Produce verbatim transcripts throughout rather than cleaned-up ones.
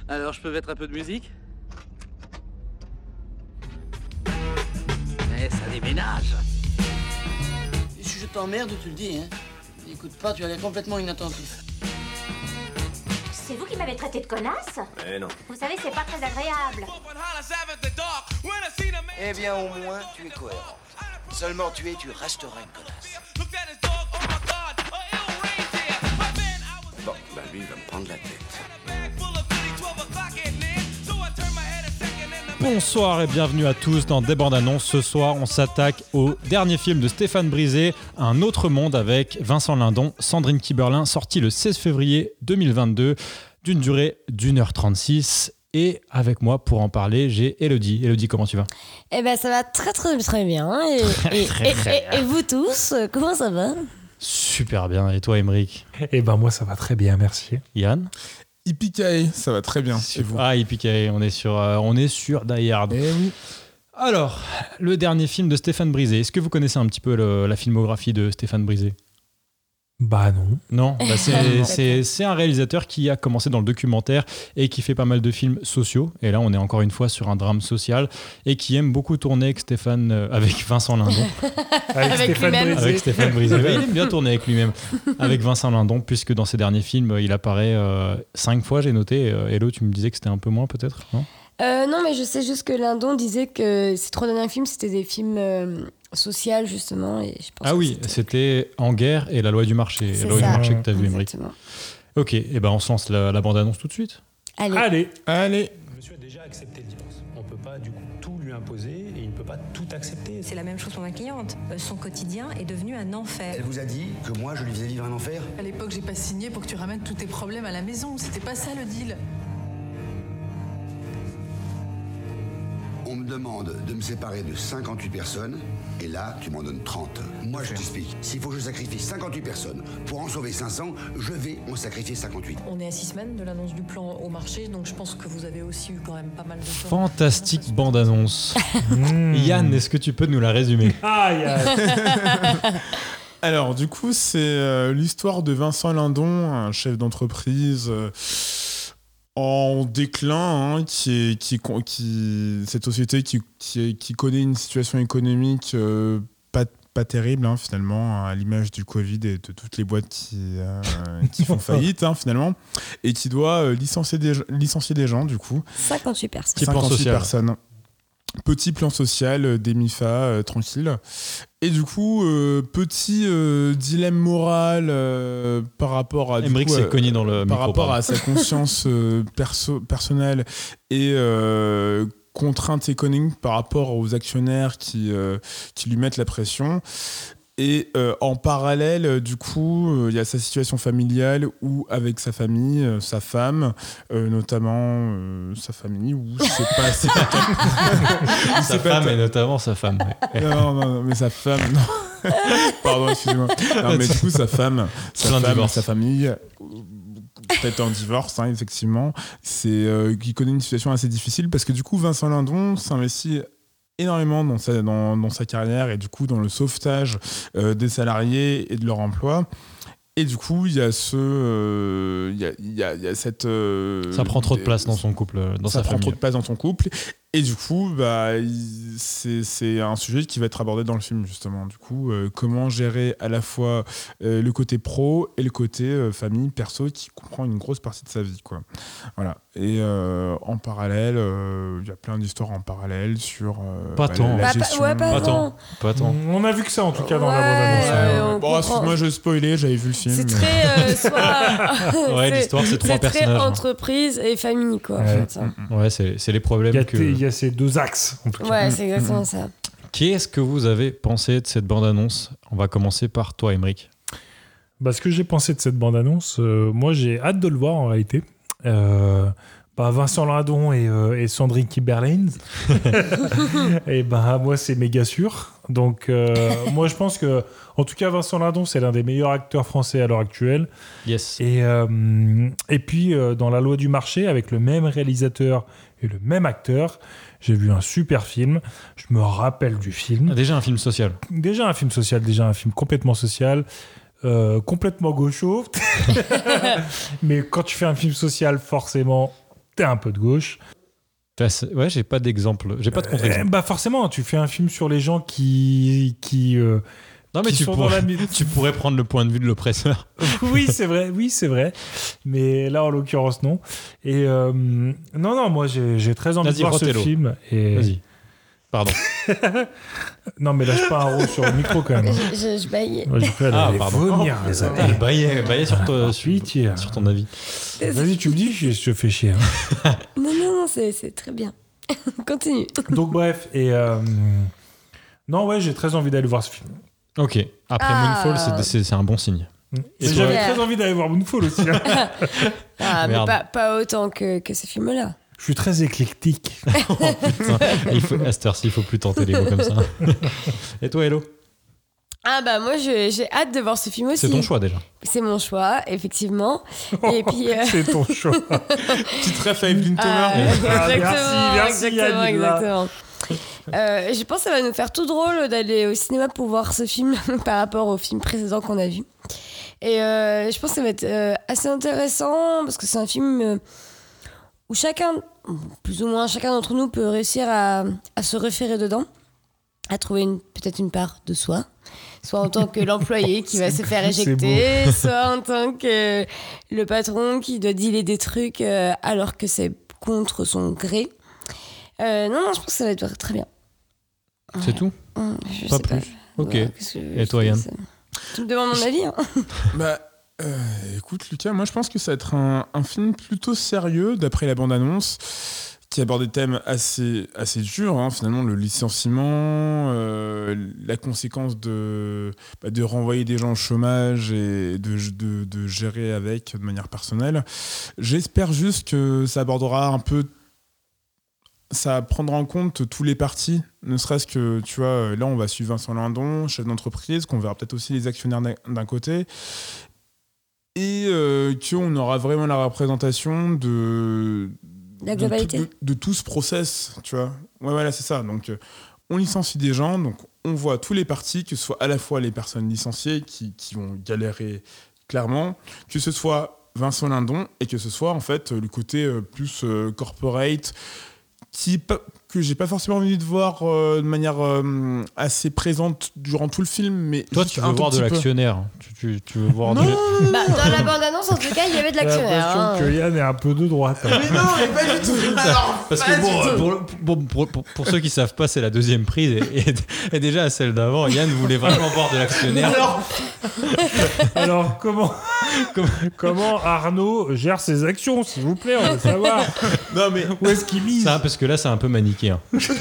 Alors, je peux mettre un peu de musique? Eh, ça déménage. Et si je t'emmerde, tu le dis, hein. Écoute pas, tu as l'air complètement inattentif. C'est vous qui m'avez traité de connasse? Eh non. Vous savez, c'est pas très agréable. Eh bien, au moins, tu es cohérent. Seulement tu es, tu resteras une connasse. Bon, bah lui, il va me prendre la tête. Bonsoir et bienvenue à tous dans Des bandes annonces. Ce soir, on s'attaque au dernier film de Stéphane Brisé, Un autre monde, avec Vincent Lindon, Sandrine Kiberlin, sorti le seize février deux mille vingt-deux, d'une durée d'une heure trente-six. Et avec moi pour en parler, j'ai Elodie. Elodie, comment tu vas? Eh ben ça va très très très bien. Et, et, très, et, très et, et vous tous, comment ça va? Super bien. Et toi, Émeric? Eh ben moi ça va très bien, merci. Yann? Yippee-ki-yay, ça va très bien. Et vous? Ah, Yippee-ki-yay, on est sur, euh, on est sur Die Hard. Eh oui. Alors, le dernier film de Stéphane Brisé. Est-ce que vous connaissez un petit peu le, la filmographie de Stéphane Brisé? Bah non. Non, bah c'est, c'est, c'est un réalisateur qui a commencé dans le documentaire et qui fait pas mal de films sociaux. Et là, on est encore une fois sur un drame social et qui aime beaucoup tourner avec Stéphane, euh, avec Vincent Lindon. Avec, Avec Stéphane lui-même. Brisé. Avec Stéphane Brisé. Ouais, il aime bien tourner avec lui-même. Avec Vincent Lindon, puisque dans ses derniers films, il apparaît euh, cinq fois, j'ai noté. Euh, Hello, tu me disais que c'était un peu moins, peut-être, non? Euh, non, mais je sais juste que Lindon disait que ces trois derniers films, c'était des films euh, sociaux, justement. Et je pense Ah que oui, c'était En guerre et La loi du marché. C'est La loi ça. du marché que tu as vu, Émeric. Exactement. Ok, et ben on se lance la, la bande-annonce tout de suite. Allez. Allez. Allez. Monsieur a déjà accepté le divorce. On ne peut pas du coup tout lui imposer et il ne peut pas tout accepter. C'est la même chose pour ma cliente. Euh, son quotidien est devenu un enfer. Elle vous a dit que moi, je lui faisais vivre un enfer? À l'époque, j'ai pas signé pour que tu ramènes tous tes problèmes à la maison. C'était pas ça le deal. On me demande de me séparer de cinquante-huit personnes, et là, tu m'en donnes trente. Moi, je t'explique. S'il faut que je sacrifie cinquante-huit personnes pour en sauver cinq cents, je vais en sacrifier cinquante-huit. On est à six semaines de l'annonce du plan au marché, donc je pense que vous avez aussi eu quand même pas mal de temps. Fantastique bande-annonce. Yann, est-ce que tu peux nous la résumer? Aïe, aïe. Alors, du coup, c'est euh, l'histoire de Vincent Lindon, un chef d'entreprise euh, en déclin, hein, qui est, qui, qui, cette société qui, qui, qui connaît une situation économique euh, pas, pas terrible, hein, finalement, à l'image du Covid et de toutes les boîtes qui, euh, qui font faillite, hein, finalement, et qui doit euh, licencier, des, licencier des gens, du coup. cinquante-huit personnes. Petit plan cinquante-huit social. personnes. Petit plan social, euh, des M I F A, euh, tranquille. Et du coup, euh, petit euh, dilemme moral euh, par rapport à... Émeric s'est cogné dans le Par micro, rapport pardon. à sa conscience euh, perso- personnelle et euh, contraintes économiques par rapport aux actionnaires qui, euh, qui lui mettent la pression. Et euh, en parallèle, euh, du coup, il euh, y a sa situation familiale où, avec sa famille, euh, sa femme, euh, notamment euh, sa famille, où c'est pas... C'est pas Sa c'est pas femme ta- et notamment sa femme. ouais. non, non, non, mais sa femme, non. Pardon, excusez-moi. Non, mais du coup, sa femme, sa, Plein de femme, divorces. sa famille, euh, peut-être en divorce, hein, effectivement, c'est, euh, qui connaît une situation assez difficile parce que du coup, Vincent Lindon s'investit énormément dans sa, dans, dans sa carrière et du coup dans le sauvetage euh, des salariés et de leur emploi. Et du coup, il y a ce, euh, il y a, il y a, il y a cette. euh, Ça prend trop de place dans son couple, dans ça sa prend famille. trop de place dans son couple. Et du coup, bah, il- c'est, c'est un sujet qui va être abordé dans le film, justement. Du coup, euh, comment gérer à la fois euh, le côté pro et le côté euh, famille, perso, qui comprend une grosse partie de sa vie, quoi. Voilà. Et euh, en parallèle, euh, il y a plein d'histoires en parallèle sur euh, Pas bah, tant. la, la Bah, pas- gestion. ouais, pas Pas tant. tant. Pas tant. On a vu que ça en tout cas dans Ouais, la bande-annonce. ouais, hein. on Bon, comprend. excuse-moi, je spoilé, j'avais vu le film. C'est mais- très... euh, soit... Ouais, l'histoire, c'est trois C'est très personnages, hein. entreprise et famille, quoi. en Ouais. fait, hein. Ouais, c'est, c'est les Il problèmes y, a que... tes- il y a ces deux axes en tout cas. Ouais, c'est exactement ça. Qu'est-ce que vous avez pensé de cette bande-annonce? On va commencer par toi, Émeric. Bah, ce que j'ai pensé de cette bande-annonce, euh, moi j'ai hâte de le voir en réalité. Euh, bah, Vincent Lindon et, euh, et Sandrine Kiberlin. Et bah, moi c'est méga sûr. Donc euh, moi je pense que, en tout cas Vincent Lindon c'est l'un des meilleurs acteurs français à l'heure actuelle. Yes. Et, euh, et puis euh, dans La loi du marché, avec le même réalisateur et le même acteur, j'ai vu un super film. Je me rappelle du film. Déjà un film social. Déjà un film social, déjà un film complètement social. Euh, complètement gaucho. Mais quand tu fais un film social, forcément, t'es un peu de gauche. Ouais, j'ai pas d'exemple, j'ai pas de contre-exemple. Euh, bah forcément, tu fais un film sur les gens qui qui euh, non mais qui tu sont pourrais, dans la... tu pourrais prendre le point de vue de l'oppresseur. Oui, c'est vrai, oui, c'est vrai. Mais là, en l'occurrence, non. Et euh, non, non, moi, j'ai, j'ai très envie Vas-y, de voir ce Rotello. film. Et... Vas-y. Pardon. Non, mais lâche pas un rond sur le micro quand même. Je, je, je baillais. Moi, j'ai cru qu'elle Ah, allait pardon. vomir, Oh, les amis. elle baillait, baillait sur, toi, sur, Pitié. sur ton avis. Vas-y, tu me dis, je, je te fais chier. Hein. Non, non, non, c'est, c'est très bien. Continue. Donc, bref, et. Euh... Non, ouais, j'ai très envie d'aller voir ce film. Ok. Après Ah. Moonfall, c'est, c'est, c'est un bon signe. Et toi j'avais Yeah. très envie d'aller voir Moonfall aussi. Hein. Ah, mais Merde. pas, pas autant que, que ce film-là. Je suis très éclectique. Oh, putain. Il faut, à cette heure-ci, il faut plus tenter les mots comme ça. Et toi, Hello? Ah bah moi je- j'ai hâte de voir ce film aussi. C'est ton choix déjà. C'est mon choix, effectivement. Et puis euh, C'est ton choix. Petite ref à Evelyn ah, Thomas. exactement, merci, merci, exactement, Yannick, là. exactement. Euh, je pense que ça va nous faire tout drôle d'aller au cinéma pour voir ce film par rapport au film précédent qu'on a vu. Et euh, je pense que ça va être euh, assez intéressant parce que c'est un film euh, où chacun, plus ou moins chacun d'entre nous peut réussir à, à se référer dedans, à trouver une, peut-être une part de soi, soit en tant que l'employé qui va se faire éjecter, soit en tant que le patron qui doit dealer des trucs euh, alors que c'est contre son gré. Euh, non, non, je pense que ça va être très bien. C'est tout? Hum, je Pas sais plus. pas. Ok. Ouais, qu'est-ce que- Et toi, Yann? Tu me demandes mon avis, hein. Bah, euh, écoute, Lucas, moi je pense que ça va être un, un film plutôt sérieux, d'après la bande-annonce, qui aborde des thèmes assez, assez durs, hein, finalement, le licenciement, euh, la conséquence de, bah, de renvoyer des gens au chômage et de, de, de gérer avec de manière personnelle. J'espère juste que ça abordera un peu. Ça prendra en compte tous les partis, ne serait-ce que, tu vois, là on va suivre Vincent Lindon, chef d'entreprise, qu'on verra peut-être aussi les actionnaires d'un, d'un côté, et euh, qu'on aura vraiment la représentation de... La de globalité. tout- de, de tout ce process, tu vois. Ouais, voilà, c'est ça. Donc, euh, on licencie des gens, donc on voit tous les partis, que ce soit à la fois les personnes licenciées qui, qui vont galérer clairement, que ce soit Vincent Lindon, et que ce soit, en fait, le côté euh, plus euh, corporate, qui, pa- que j'ai pas forcément envie de voir euh, de manière euh, assez présente durant tout le film, mais Toi, juste tu un veux tout voir de petit peu. l'actionnaire. Tu, tu, tu veux voir Non, de... non, non, Bah, dans la bande-annonce, en tout cas, il y avait de J'ai l'actionnaire. l'impression hein. que Yann est un peu de droite. hein. Mais non, mais pas du tout. Alors, Parce pas que bon, du euh, tout. pour, pour, pour, pour- pour ceux qui savent pas, c'est la deuxième prise et, et, et déjà à celle d'avant, Yann voulait vraiment voir de l'actionnaire. Alors, Alors, comment, comment Arnaud gère ses actions, s'il vous plaît, on veut savoir. non, mais Où est-ce qu'il mise? Ça, parce que là, c'est un peu manichéen.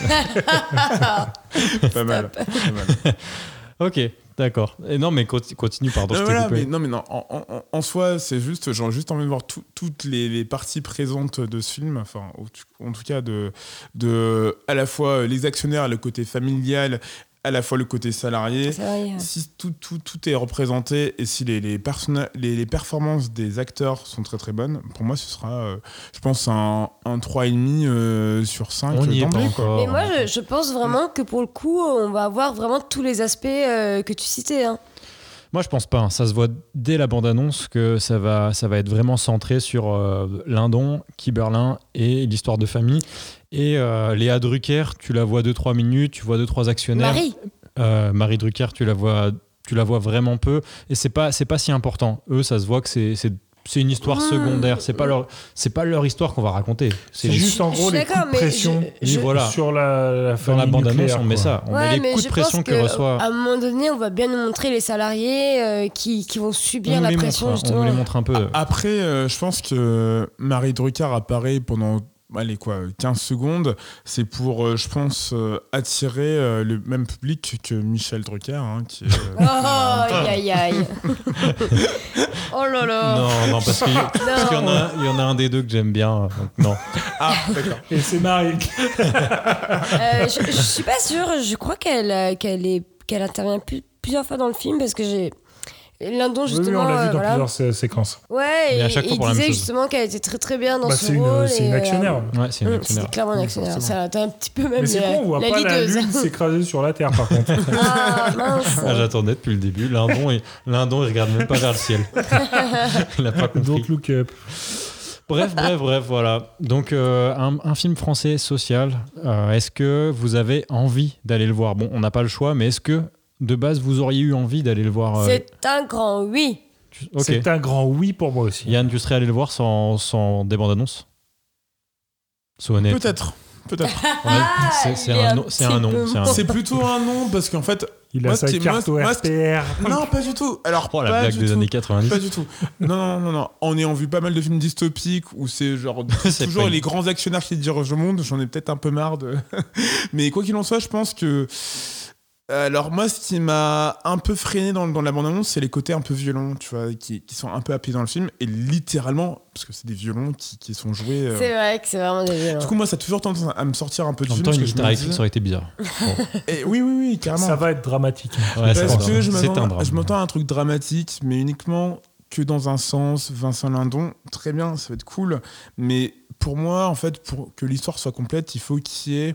pas mal. Pas mal. Ok, d'accord. Et non, mais conti- continue, pardon, Non, je t'ai voilà, coupé. mais, non, mais non, en, en- en soi, c'est juste, j'ai juste envie de voir tout- toutes les, les parties présentes de ce film, enfin, au- en tout cas, de, de à la fois les actionnaires, le côté familial, à la fois le côté salarié. C'est vrai. Si tout, tout, tout est représenté et si les, les, personna- les, les performances des acteurs sont très très bonnes, pour moi, ce sera, euh, je pense, un, un trois virgule cinq euh, sur cinq. On n'y est pas d'emblée, quoi. encore. Mais moi, je, je pense vraiment que pour le coup, on va avoir vraiment tous les aspects euh, que tu citais. Hein. Moi, je pense pas. hein. Ça se voit dès la bande-annonce que ça va, ça va être vraiment centré sur euh, Lindon, Kiberlin et l'histoire de famille. Et euh, Léa Drucker, tu la vois deux trois minutes, tu vois deux trois actionnaires. Marie. Euh, Marie Drucker, tu la vois, tu la vois vraiment peu. Et c'est pas, c'est pas si important. Eux, ça se voit que c'est, c'est, c'est une histoire Mmh. secondaire. C'est pas leur, c'est pas leur histoire qu'on va raconter. C'est C'est juste juste en je gros suis les coups d'accord, de mais pression je- je- voilà. sur la, la dans famille la bande-annonce, nucléaire, on met quoi. ça. On Ouais, met les mais coups je de pression pense que que, reçoit. à un moment donné, on va bien nous montrer les salariés euh, qui, qui vont subir On la les pression, montre, on justement. nous les montre un peu. Après, euh, je pense que Marie Drucker apparaît pendant allez, quoi, quinze secondes. C'est pour, euh, je pense, euh, attirer euh, le même public que Michel Drucker. Hein, qui est, euh, Oh, aïe, aïe, aïe. Oh là là. Non, non, parce qu'il parce qu'il y, en a- il y en a un des deux que j'aime bien. Donc non. Ah, d'accord. Et c'est Marie. Euh, je, je suis pas sûre. Je crois qu'elle euh, qu'elle est qu'elle intervient plus- plusieurs fois dans le film parce que j'ai Lindon Oui, oui, justement. on l'a vu euh, dans voilà. plusieurs sé- séquences. Ouais, Mais à et, chaque fois et pour il la même disait chose. justement qu'elle était très très bien dans Bah, ce c'est une, rôle. c'est et, une euh, actionnaire. Ouais, c'est une hum, actionnaire. C'était clairement une actionnaire. forcément. Ça t'as un petit peu même Mais c'est la, con, on voit la pas la leaduse. lune s'écraser sur la Terre, par contre. Ah mince. Ah, j'attendais depuis le début. Lindon, il, Lindon, il regarde même pas vers le ciel. Il a pas compris. Don't look up. Bref, bref, bref, voilà. Donc, euh, un, un film français social. Euh, est-ce que vous avez envie d'aller le voir ? Bon, on n'a pas le choix, mais est-ce que, de base, vous auriez eu envie d'aller le voir euh... C'est un grand oui. Tu... Okay. C'est un grand oui pour moi aussi. Yann, tu serais allé le voir sans, sans des bandes annonces ? Sois honnête. Peut-être. Peut-être. Ouais, c'est, c'est, un, no, c'est un nom. C'est, un c'est plutôt un nom parce qu'en fait. Il a sa carte au R P R. Non, pas du tout. Alors, oh, la pas blague du des tout. années quatre-vingt-dix. Pas du tout. Non, non, non, non. En ayant vu pas mal de films dystopiques où c'est genre c'est toujours les grands actionnaires qui dirigent le monde, j'en ai peut-être un peu marre de. Mais quoi qu'il en soit, je pense que. Alors moi, ce qui m'a un peu freiné dans, dans la bande-annonce, c'est les côtés un peu violents, tu vois, qui, qui sont un peu appuyés dans le film, et littéralement, parce que c'est des violons qui, qui sont joués... Euh... C'est vrai que c'est vraiment des violons. Du coup, moi, ça a toujours tendance à me sortir un peu du en film. En même temps, une guitare électrique, ça aurait été bizarre. Bon. Et oui, oui, oui, carrément. Ça va être dramatique. Ouais, parce que c'est je m'attends, un je m'attends à un truc dramatique, mais uniquement que dans un sens. Vincent Lindon, très bien, ça va être cool, mais pour moi, en fait, pour que l'histoire soit complète, il faut qu'il y ait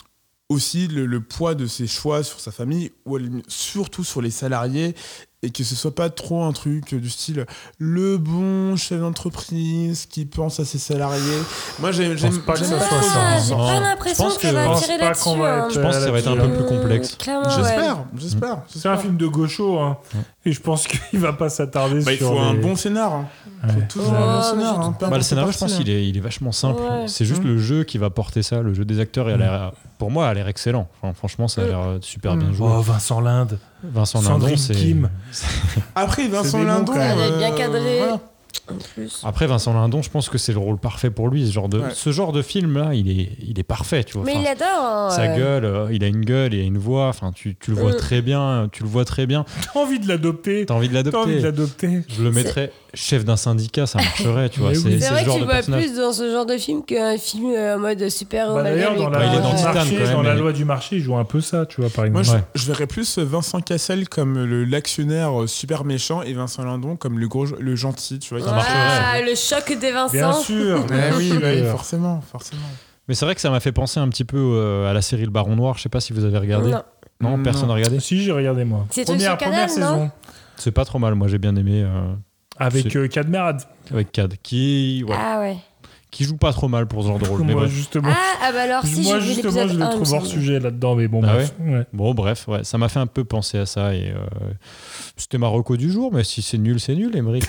aussi le, le poids de ses choix sur sa famille, ou surtout sur les salariés, et que ce soit pas trop un truc du style le bon chef d'entreprise qui pense à ses salariés. Moi, j'aime, j'aime pas que ça soit ah, ça. j'ai pas l'impression que ça va tirer là-dessus. Hein. Je pense que ça va être un peu plus complexe. Clairement, j'espère, ouais. j'espère, j'espère. C'est un film de gaucho, hein. Et je pense qu'il va pas s'attarder bah, sur. Il faut les... un bon scénar. Hein. Il faut ouais. toujours oh, un bon scénar. Hein. Bah, le scénario, je pense qu'il est, il est vachement simple. Ouais. C'est juste mmh. le jeu qui va porter ça. Le jeu des acteurs, il a l'air, pour moi, a l'air excellent. Enfin, franchement, ça a l'air super mmh. bien joué. Oh, Vincent Linde. Vincent Lindon, c'est. Kim. Après, Vincent Lindon. Il est bien euh, cadré. Voilà. En plus. Après, Vincent Lindon, je pense que c'est le rôle parfait pour lui. Ce genre de, ouais. ce genre de film-là, il est, il est parfait. Tu vois. Mais enfin, il adore. Hein, sa ouais. gueule, euh, il a une gueule, il a une voix. Enfin, tu, tu le vois mmh. très bien. Tu le vois très bien. T'as envie de l'adopter. T'as envie de l'adopter. T'as envie de l'adopter. Je le mettrais chef d'un syndicat, ça marcherait. Tu vois. Oui. C'est, c'est, c'est vrai ce genre que tu de vois personnage. plus dans ce genre de film qu'un film euh, en mode super. Bah, d'ailleurs, dans, la, bah, il est dans, dans, Titan, marché, quand même, dans mais... la loi du marché, il joue un peu ça, tu vois, par exemple. Moi, ouais. je, je verrais plus Vincent Cassel comme le, l'actionnaire super méchant et Vincent Lindon comme le, gros, le gentil, tu vois. Ça marcherait. Ah, le choc des Vincent. Bien sûr. Mais oui, bah, oui, forcément, forcément. Mais c'est vrai que ça m'a fait penser un petit peu euh, à la série Le Baron Noir. Je sais pas si vous avez regardé. Non. Non, Non. personne n'a regardé. Si, j'ai regardé moi. C'est Première, sur première Canal, saison. non C'est pas trop mal. Moi, j'ai bien aimé. Euh, avec euh, Cadmerad. Avec Cad, qui, ouais, Ah ouais. qui joue pas trop mal pour ce genre de rôle. Mais moi, bref. justement. Ah, ah bah alors si moi, j'ai vu justement, l'épisode je le un, trouve il me hors semble. sujet là-dedans, mais bon, Ah bref. Ouais. Bon, bref, ouais, ça m'a fait un peu penser à ça. Et euh, c'était ma reco du jour, mais si c'est nul, c'est nul, Émeric.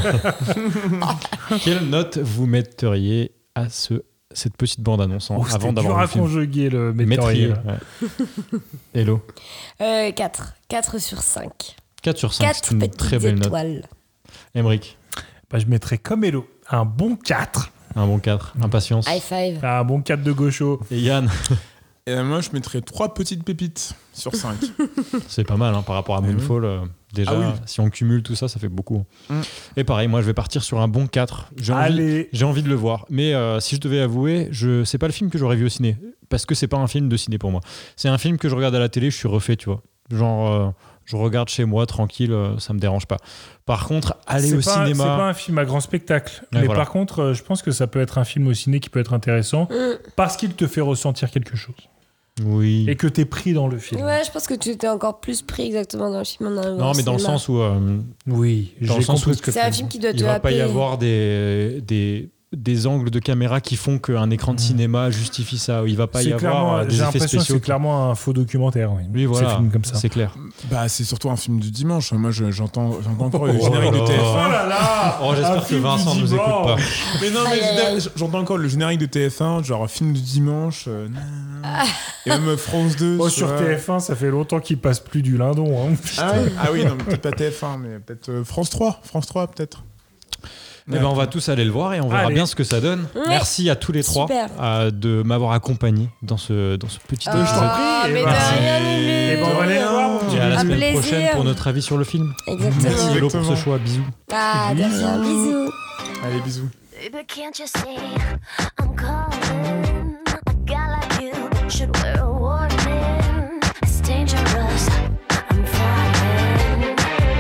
Quelle note vous metteriez à ce, cette petite bande-annonce Oh, avant d'avoir dur le à film conjuguer le Mettrier, métrier. ouais. Hello. Euh, quatre. quatre sur cinq. quatre sur cinq, quatre c'est une petites très belle étoiles. note. Émeric, Bah, je mettrais comme Hello un bon quatre. un bon quatre. Impatience. High five. Un bon quatre de gaucho. Et Yann, Et euh, moi, je mettrais trois petites pépites sur cinq. c'est pas mal hein, par rapport à Eh Moonfall. euh, déjà, Ah oui. si on cumule tout ça, ça fait beaucoup. Mm. Et pareil, moi, je vais partir sur un bon quatre. J'ai envie, Allez. j'ai envie de le voir. Mais euh, si je devais avouer, je... c'est pas le film que j'aurais vu au ciné. Parce que c'est pas un film de ciné pour moi. C'est un film que je regarde à la télé, je suis refait, tu vois. Genre, euh, je regarde chez moi, tranquille, euh, ça me dérange pas. Par contre, aller c'est au pas, cinéma... C'est pas un film à grand spectacle. Ouais, mais voilà. par contre, euh, je pense que ça peut être un film au ciné qui peut être intéressant Mm. parce qu'il te fait ressentir quelque chose. Oui. Et que t'es pris dans le film. Ouais, je pense que tu étais encore plus pris exactement dans le film. En Non, mais dans le sens où... euh, Oui, Dans j'ai le sens compris où ce que c'est tu un dis. film qui doit te il va pas y happer. avoir des... des des angles de caméra qui font qu'un écran de cinéma justifie ça. Il va pas C'est y clairement- avoir euh, des j'ai effets l'impression que spéciaux. c'est clairement un faux documentaire. Oui, Oui, voilà, c'est film comme ça. c'est clair. Bah, c'est surtout un film du dimanche. Moi, je- j'entends, j'entends encore le Oh générique là de T F un. Oh là là Oh, j'espère Un que film Vincent du nous écoute pas. dimanche. Mais non, mais Aïe, aïe, aïe. je- j'entends encore le générique de T F un, genre film du dimanche. euh, nanana. Et même France deux. Oh, tu sur vois. T F un, ça fait longtemps qu'il passe plus du Lindon. Hein. Ah oui, ah oui, non, mais peut-être pas T F un, mais peut-être euh, France trois. France trois, peut-être. Eh ben, on va tous aller le voir et on verra Allez. bien ce que ça donne. Ouais. Merci à tous les trois Super. euh, de m'avoir accompagné dans ce, dans ce petit Oh, épisode. prie, mais eh de ben, rien, eh ben, on va aller le voir, mon petit Et à la Un semaine plaisir. prochaine pour notre avis sur le film. Exactement. Merci Vélo pour ce Exactement. choix. Bisous. Ah, de rien, bisous. Allez, bisous. Baby, can't you see I'm calling? A guy like you should wear a warning. It's dangerous. I'm falling.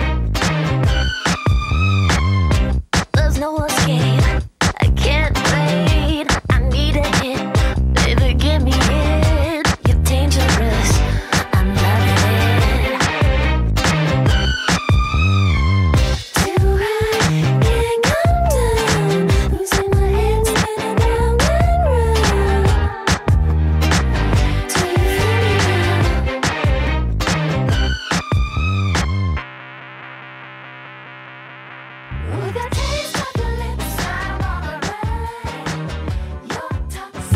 There's no escape. I can't wait. I need a hit. Baby, give me it. You're dangerous. I'm loving it. Do I can't calm down? Losing my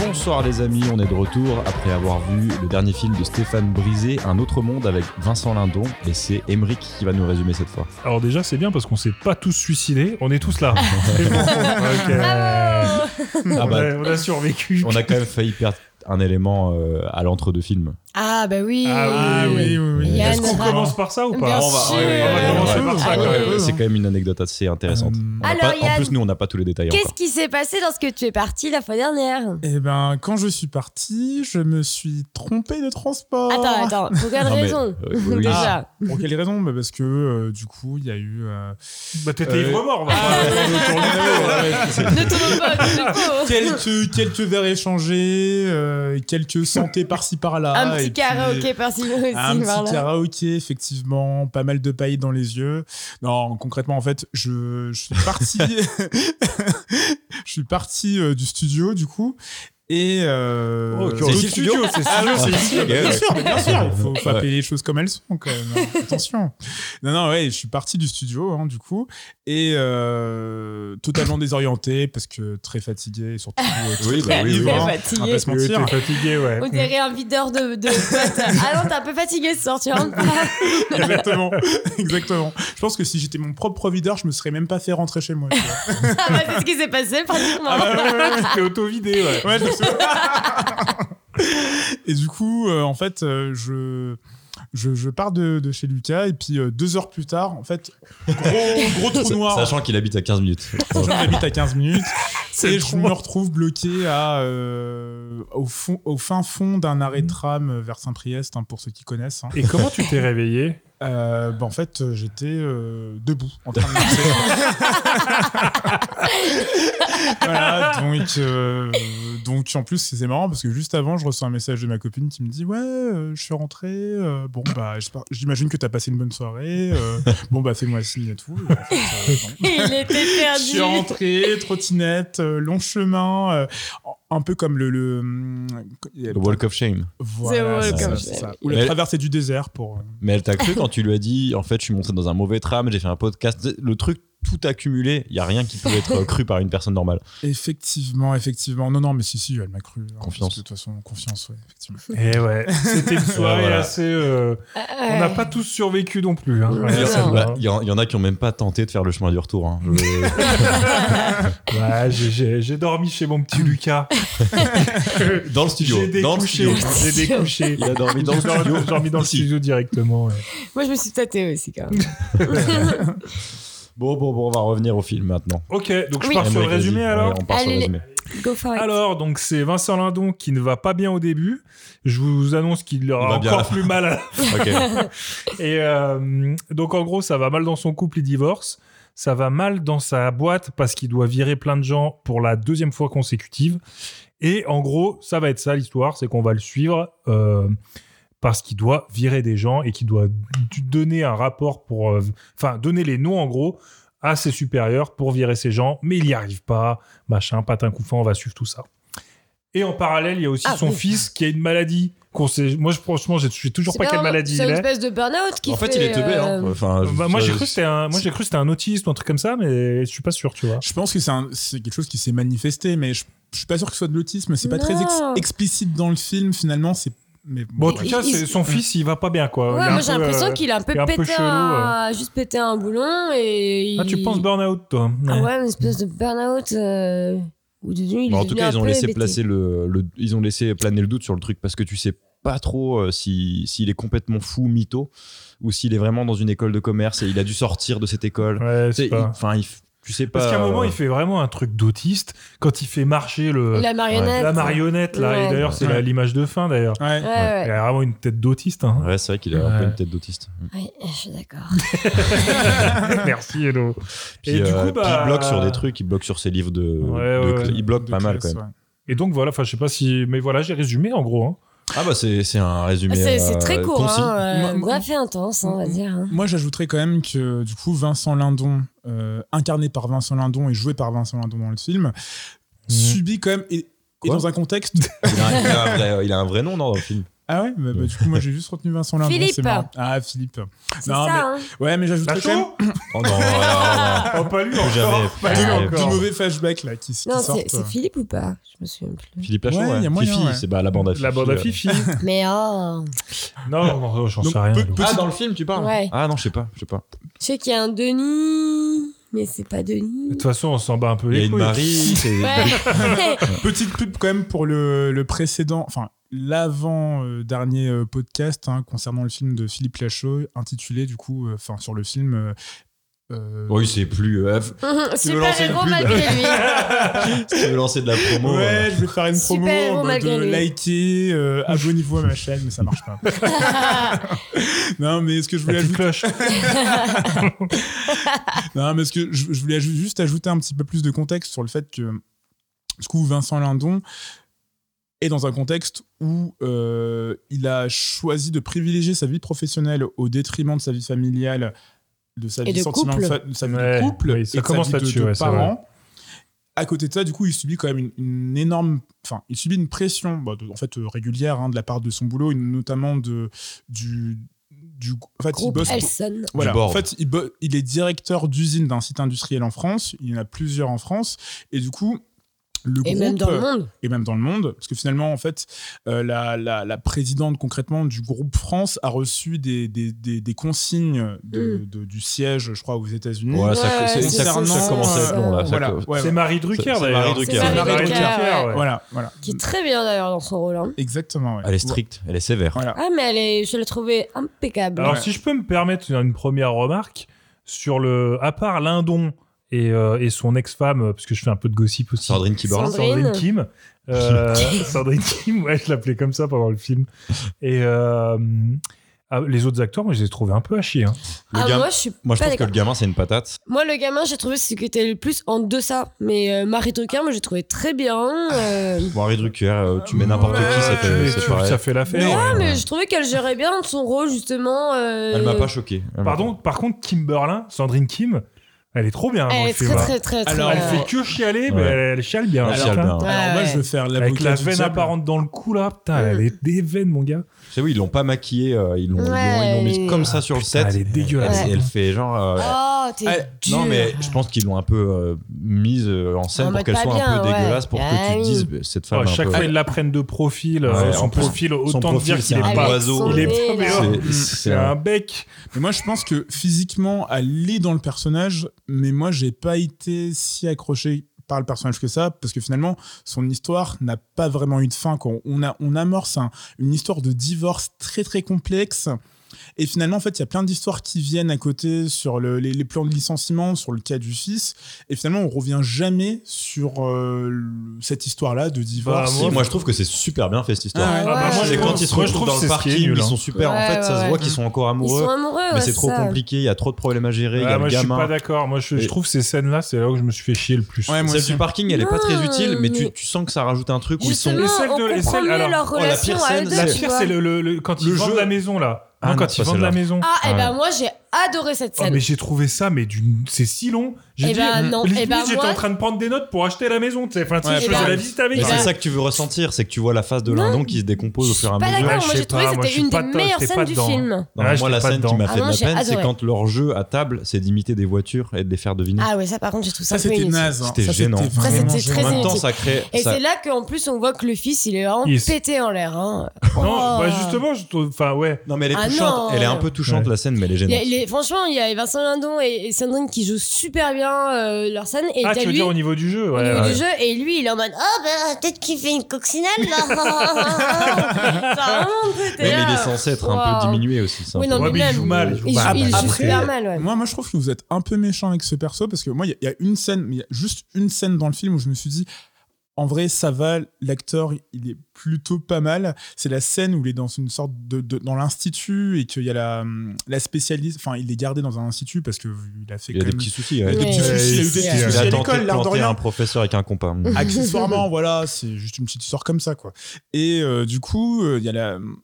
Bonsoir les amis, on est de retour après avoir vu le dernier film de Stéphane Brisé, Un autre monde avec Vincent Lindon, et c'est Émeric qui va nous résumer cette fois. Alors déjà c'est bien parce qu'on s'est pas tous suicidés, on est tous là. Donc, euh, Ah bah, on, a, on a survécu. On a quand même failli perdre un élément euh, à l'entre-deux films. Ah bah oui. Ah oui, oui, oui. oui. Yann Est-ce qu'on Ra- commence par ça ou pas Bien On va, sûr. ouais, ouais, On va ouais, commencer ouais, par ça, ouais, quand ouais, même. c'est quand même une anecdote assez intéressante. On a Alors, pas- en Yann, plus, nous, on n'a pas tous les détails Qu'est-ce encore. qui s'est passé lorsque tu es parti la fois dernière? Eh ben, quand je suis parti, je me suis trompé de transport. Attends, attends, pour quelle Non, mais, raison euh, oui. Déjà. Pour quelle raison bah Parce que euh, du coup, il y a eu. Euh, Bah t'étais Euh, ivre mort, on va ah, pas ouais, autour du pot, là. Ne tourne pas, ne tourne pas. quelques, quelques verres échangés, euh, quelques santés par-ci par-là. Un et petit puis- karaoké par-ci aussi. Un petit voilà. karaoké, effectivement, pas mal de paillettes dans les yeux. Non, concrètement, en fait, je, je suis parti, je suis parti euh, du studio, du coup. Et euh, Oh, c'est c'est ici le studio, c'est le Ah non, c'est studio. ici, Ok, bien ouais. sûr, mais bien sûr. Il faut, faut Ouais. appeler les choses comme elles sont, quand même. hein. Attention. Non, non, ouais, je suis parti du studio, hein, du coup, et euh, totalement désorienté parce que très fatigué, et surtout euh, très, Oui, bah très oui, ivre, oui. hein. Très On va fatigué. pas se mentir. T'es fatigué, ouais. On dirait un videur de, de boîte. Ah non, t'es un peu fatigué ce soir, tu rentres pas. Exactement, exactement. Je pense que si j'étais mon propre videur, je me serais même pas fait rentrer chez moi. tu vois. Ah bah c'est ce qui s'est passé pratiquement. Ah bah, ouais, ouais, ouais. T'es auto-vidé, ouais. Ouais, je me souviens. Et du coup, euh, en fait, euh, je, je, je pars de, de chez Lucas et puis euh, deux heures plus tard, en fait, gros, gros trou noir. Sachant qu'il habite à quinze minutes. Sachant que j'habite à quinze minutes. C'est Et je trop. me retrouve bloqué à, euh, au, fond, au fin fond d'un arrêt de tram vers Saint-Priest, hein, pour ceux qui connaissent. hein. Et comment tu t'es réveillé? Euh, bah, en fait, euh, j'étais euh, debout, en train de marcher. Voilà, donc, euh, donc en plus, c'est marrant parce que juste avant, je reçois un message de ma copine qui me dit ouais, euh, je suis rentré. euh, bon bah, j'espère- j'imagine que t'as passé une bonne soirée. euh, bon bah, fais-moi signe et tout. Et en fait, euh, non. Il était Je perdu. suis rentré, trottinette, euh, long chemin, euh, un peu comme le le, hum, Le Walk of Shame. voilà, C'est c'est Walk ça, of c'est Shame. ça. Ou la Mais- traversée du désert pour. euh, Mais elle t'a cru quand tu lui as dit en fait, je suis monté dans un mauvais tram, j'ai fait un podcast. Le truc, tout accumulé, il n'y a rien qui peut être cru par une personne normale. Effectivement, effectivement. Non, non, mais si, si, elle m'a cru. hein, Confiance. parce que De toute façon, confiance, ouais, effectivement. Eh ouais, c'était une soirée Voilà. assez. euh, On n'a pas tous survécu non plus. Hein. Ouais, Ouais, non. ça va. Bah, Il y, en- il y en a qui ont même pas tenté de faire le chemin du retour. hein. Je- Ouais, j'ai- j'ai j'ai dormi chez mon petit Lucas. Dans le studio. J'ai Dans le découché. studio. J'ai découché. Il a dormi dans le J'ai dormi- studio. J'ai dormi dans le Ici. studio directement. ouais. Moi je me suis tâtée aussi quand même. Bon, bon, bon, on va revenir au film maintenant. Ok, donc je Oui. pars sur le Émeric, résumé vas-y. alors. Ouais, on part sur le Allez, résumé. Go for it. Alors, donc c'est Vincent Lindon qui ne va pas bien au début. Je vous annonce qu'il Il aura va bien à la encore fin. plus mal à la Ok. Et euh, donc en gros, ça va mal dans son couple, il divorce. Ça va mal dans sa boîte parce qu'il doit virer plein de gens pour la deuxième fois consécutive. Et en gros, ça va être ça l'histoire, c'est qu'on va le suivre euh, parce qu'il doit virer des gens et qu'il doit d- donner un rapport pour... euh, Enfin, donner les noms en gros à ses supérieurs pour virer ces gens, mais il n'y arrive pas, machin, patin couffin, on va suivre tout ça. Et en parallèle, il y a aussi Ah, son oui. fils qui a une maladie. Qu'on sait... Moi, je, franchement, je sais toujours C'est pas pas quelle un- maladie C'est il une est. espèce de burn-out qui En fait, fait. il est teubé. Hein. euh, Enfin, Bah, moi, je- j'ai cru que c'était un, moi, j'ai cru que c'était un autiste ou un truc comme ça, mais je suis pas sûr, tu vois. Je pense que c'est un- c'est quelque chose qui s'est manifesté, mais je, je suis pas sûr que ce soit de l'autisme. C'est pas très ex- Non. explicite dans le film, finalement. C'est. Mais Bon, en tout Il- cas, il- c'est son fils, il va pas bien, quoi. Il est Ouais, un moi j'ai peu, l'impression euh, qu'il a un peu il est un peu pété chelou, un... juste pété un boulon et. Ah, il- tu penses burn-out, toi. Ah Ouais. ouais, une espèce de burn-out. Euh... Où dedans, il Bon, est en tout devenu cas, un ils ont peu laissé hébété. placer le, le- ils ont laissé planer le doute sur le truc parce que tu sais pas trop euh, si s'il est complètement fou, mytho, ou s'il est vraiment dans une école de commerce et il a dû sortir de cette école. Ouais, Tu sais, c'est pas... il- Enfin, il f- tu sais pas. Parce qu'à un moment, euh, il fait vraiment un truc d'autiste quand il fait marcher le... La marionnette. la marionnette, là. Ouais. Et d'ailleurs, c'est Ouais. la- l'image de fin, d'ailleurs. Ouais. Ouais, ouais. Il a vraiment une tête d'autiste. Hein. Ouais, c'est vrai qu'il a un peu Ouais. une tête d'autiste. Oui, je suis d'accord. Merci, Hello. Puis, Et du euh, coup, puis bah... il bloque sur des trucs, il bloque sur ses livres de. Ouais, de- ouais. il bloque De pas mal classe, quand même. ouais. Et donc, voilà, enfin, je sais pas si... Mais voilà, j'ai résumé, en gros. Hein. Ah bah c'est c'est un résumé. C'est c'est euh, très court, concis. hein, euh, Moi- moi- bref et intense, hein, on va dire. hein. Moi, j'ajouterais quand même que du coup, Vincent Lindon, euh, incarné par Vincent Lindon et joué par Vincent Lindon dans le film, subit quand même et, et Quoi dans un contexte. Il a, un, il a un vrai, il a un vrai nom non, dans le film. Ah ouais, bah, bah, du coup, moi j'ai juste retenu Vincent Lindon. Philippe. C'est marrant. Ah, Philippe. C'est Non, ça, mais... hein. Ouais, mais j'ajouterais quand même. Oh non, non, non. Oh, pas lui Plus encore. jamais. Pas Plus lui jamais. Du encore. mauvais flashback là qui, qui Non, sortent. c'est c'est Philippe ou pas? Je me souviens plus. Philippe Lachaud, Ouais, ouais. y a moyen, Fifi, ouais. c'est bah, la bande à Fifi. La bande à euh. Fifi. Mais oh. Non, non, j'en Donc, sais rien. peu- donc. peu- Ah, dans le film, tu parles Ouais. Ah non, je sais pas, je sais pas. Je sais qu'il y a un Denis, mais c'est pas De Denis. toute façon, on s'en bat un peu Il y a les une couilles. Marie, c'est... Ouais. Petite pub quand même pour le, le précédent, enfin l'avant-dernier euh, podcast hein, concernant le film de Philippe Lachaud, intitulé du coup, enfin sur le film. Euh, euh, Oui, c'est plus... euh, f- Tu veux Super lancer une héros pub malgré lui. si tu veux lancer de la promo... Ouais, euh, je vais faire une Super promo héros en mode malgré de lui. liker, euh, abonnez-vous à ma chaîne, mais ça marche pas. Non, mais ce que je La voulais petite ajouter, cloche. non, mais ce que je, je voulais aj- juste ajouter un petit peu plus de contexte sur le fait que du coup Vincent Lindon est dans un contexte où euh, il a choisi de privilégier sa vie professionnelle au détriment de sa vie familiale, de sa Et vie de sentimentale, couple. de sa vie Ouais, de couple, oui, ça et de sa commence vie de- là-dessus, de ouais, c'est parents. À côté de ça, du coup, il subit quand même une, une énorme, enfin, il subit une pression, bah, de- en fait euh, régulière, hein, de la part de son boulot, et notamment de du du. En fait, il Groupe bosse. pour- Elson. Voilà. Du board. En fait, il, bo- il est directeur d'usine d'un site industriel en France. Il y en a plusieurs en France, et du coup. Le Et groupe, même dans le monde. et même dans le monde, parce que finalement, en fait, euh, la, la, la présidente concrètement du groupe France a reçu des, des, des, des consignes de, Mm. de- du siège, je crois, aux États-unis. Ouais, ça, Ouais, c'est- c'est ça, ça. ça commence à être long, là. Ça Voilà, co- ouais, ouais. C'est Marie Drucker, C'est- c'est d'ailleurs. Marie Drucker. C'est Marie Marie Drucker, Drucker, ouais. Voilà, voilà. Qui est très bien d'ailleurs dans son rôle. hein. Exactement, ouais. Elle est stricte, elle est sévère. Voilà. Ah, mais elle est, je l'ai trouvée impeccable. Alors, Ouais. si je peux me permettre une première remarque sur le. À part Lindon et, euh, et son ex-femme, euh, parce que je fais un peu de gossip aussi. Sandrine Kiberlin. Sandrine. Sandrine Kim. Euh, Sandrine Kim, ouais, je l'appelais comme ça pendant le film. Et euh, ah, les autres acteurs, moi, je les ai trouvés un peu à chier. Hein. Le Ah, gam- moi, je suis Moi, je pas trouve que d'accord. le gamin, c'est une patate. Moi, le gamin, j'ai trouvé ce qui était le plus en deçà. Mais euh, Marie Drucker, moi, j'ai trouvé très bien. euh, Bon, Harry Drucker, euh, tu mets n'importe qui, ça Tu fait, mets- c'est tu- pareil. ça fait l'affaire. Ouais, ouais. mais je trouvais qu'elle gérait bien son rôle, justement. euh, Elle m'a pas choqué. Elle m'a Pardon, par contre, Kimberlin, Sandrine Kim, elle est trop bien dans Elle le est film. très, hein. très, très, très. Alors, Elle euh, fait que chialer, mais Ouais. elle, elle chiale bien. Elle putain. chiale bien. Ouais, Alors moi, ouais. je veux faire l'avocat Avec la du veine diable. apparente dans le cou, là. Putain, Mm. elle est des veines, mon gars. C'est oui, ils l'ont pas maquillée, euh, ils l'ont ils l'ont- Ouais. ils l'ont mise comme ça sur le Putain, set. elle est dégueulasse. Et elle fait genre. euh, Oh, t'es Elle- dur. non, mais je pense qu'ils l'ont un peu euh, mise euh, en scène En pour mode qu'elle pas soit bien, un peu ouais. dégueulasse pour Ah que tu te oui. dises bah, cette femme Ouais, est un chaque peu. fois, ils la prennent de profil. Ouais, euh, en son plus, profil, son autant profil, dire c'est qu'il est un pas. oiseau. Il est Avec pas son mais nez, oh, C'est- C'est c'est un un- bec. Mais moi, je pense que physiquement, elle est dans le personnage, mais moi, j'ai pas été si accroché par le personnage que ça, parce que finalement, son histoire n'a pas vraiment eu de fin. Quand on, a, on amorce un- une histoire de divorce très très complexe. Et finalement, en fait, il y a plein d'histoires qui viennent à côté sur le- les, les plans de licenciement, sur le cas du fils. Et finalement, on revient jamais sur euh, le- cette histoire-là de divorce. Si, moi je trouve que c'est super bien fait cette histoire. Ah ouais. Ah bah, moi, c'est je quand trouve- ils se moi, je retrouvent trouve dans que le c'est ce qui est parking, nul, ils hein. sont super. en Ouais, fait, ça ouais, se voit ouais. qu'ils sont encore Ils amoureux. sont amoureux, Mais ouais, c'est trop ça. compliqué, il y a trop de problèmes à gérer. Il y Ah, a moi, le je suis gamin. pas d'accord. Moi, je, je Et- trouve ces scènes-là, c'est là où je me suis fait chier le plus. Ouais, moi Celle aussi. du parking, elle est pas très Non, utile, mais tu, mais- tu sens que ça rajoute un truc où ils sont. Justement, Et celle on de- et comprend celle- mieux alors- leur oh, la relation pire à scène, eux deux, La tu pire, vois. c'est le, le- le- quand Le ils vendent jeu. la maison, là. Ah Non, non, quand c'est ils pas vendent la celle-là. maison. Ah, et Ouais. ben moi, j'ai adoré cette Oh, scène. mais j'ai trouvé ça, mais d'une... c'est si long. J'ai Eh dit, ben, non. limite, Eh ben, j'étais moi- en train de prendre des notes pour acheter la maison. Tu sais, enfin, tu sais, Ouais, je eh faisais ben- la visite avec. Mais Eh c'est ben- ça que tu veux ressentir, c'est que tu vois la face de Non. Lindon qui se décompose au fur et à Pas mesure. d'accord, je moi sais j'ai trouvé pas, que moi, je c'était suis une pas des dedans, meilleures j'étais scènes pas du dedans. film. Non, Ouais, moi, j'étais la pas scène qui dedans. m'a Ah fait non, de la j'ai peine, c'est adoré. quand leur jeu à table, c'est d'imiter des voitures et de les faire deviner. Ah ouais, ça par contre, j'ai trouvé ça Ça, un peu c'était inutile. naze. hein. C'était Ça, gênant. Ça, vraiment c'était gênant. très En même temps, inutile. ça crée. Et ça- c'est là qu'en plus on voit que le fils il est vraiment Il s- pété en l'air. Hein. Non, Oh. bah justement, je trouve. Enfin, ouais. Non, mais elle est Ah touchante. non. Elle est un peu touchante Ouais. la scène, mais elle est Il y gênante. a- il est- franchement, il y a Vincent Lindon et, et Sandrine qui jouent super bien euh, leur scène. Et Ah, t'as tu veux lui dire au niveau du jeu, au ouais. niveau ouais. du jeu, et lui il est en mode oh bah peut-être qu'il fait une coccinelle là. Ça, vraiment, t'es Oui, mais là. il est censé être un Waouh. peu diminué aussi. c'est un Oui, peu- non, Ouais, mais mais il même, joue mal, il joue il, mal. il joue Après, super mal. Ouais. Moi, moi, je trouve que vous êtes un peu méchant avec ce perso parce que moi, il y, a- il y a une scène, mais il y a juste une scène dans le film où je me suis dit, en vrai, ça va, l'acteur, il est plutôt pas mal. C'est la scène où il est dans une sorte de, de- dans l'institut et qu'il y a la, la spécialiste, enfin, il est gardé dans un institut parce que il a fait Il y a quand des même- petits soucis. il y a ouais. des petits Ouais, soucis, il y a eu des c'est- petits il Il soucis a à tenté l'école, de l'air de planter rien. un professeur avec un compas. Accessoirement, voilà, c'est juste une petite histoire comme ça, quoi. Et euh, du coup, euh, il y a la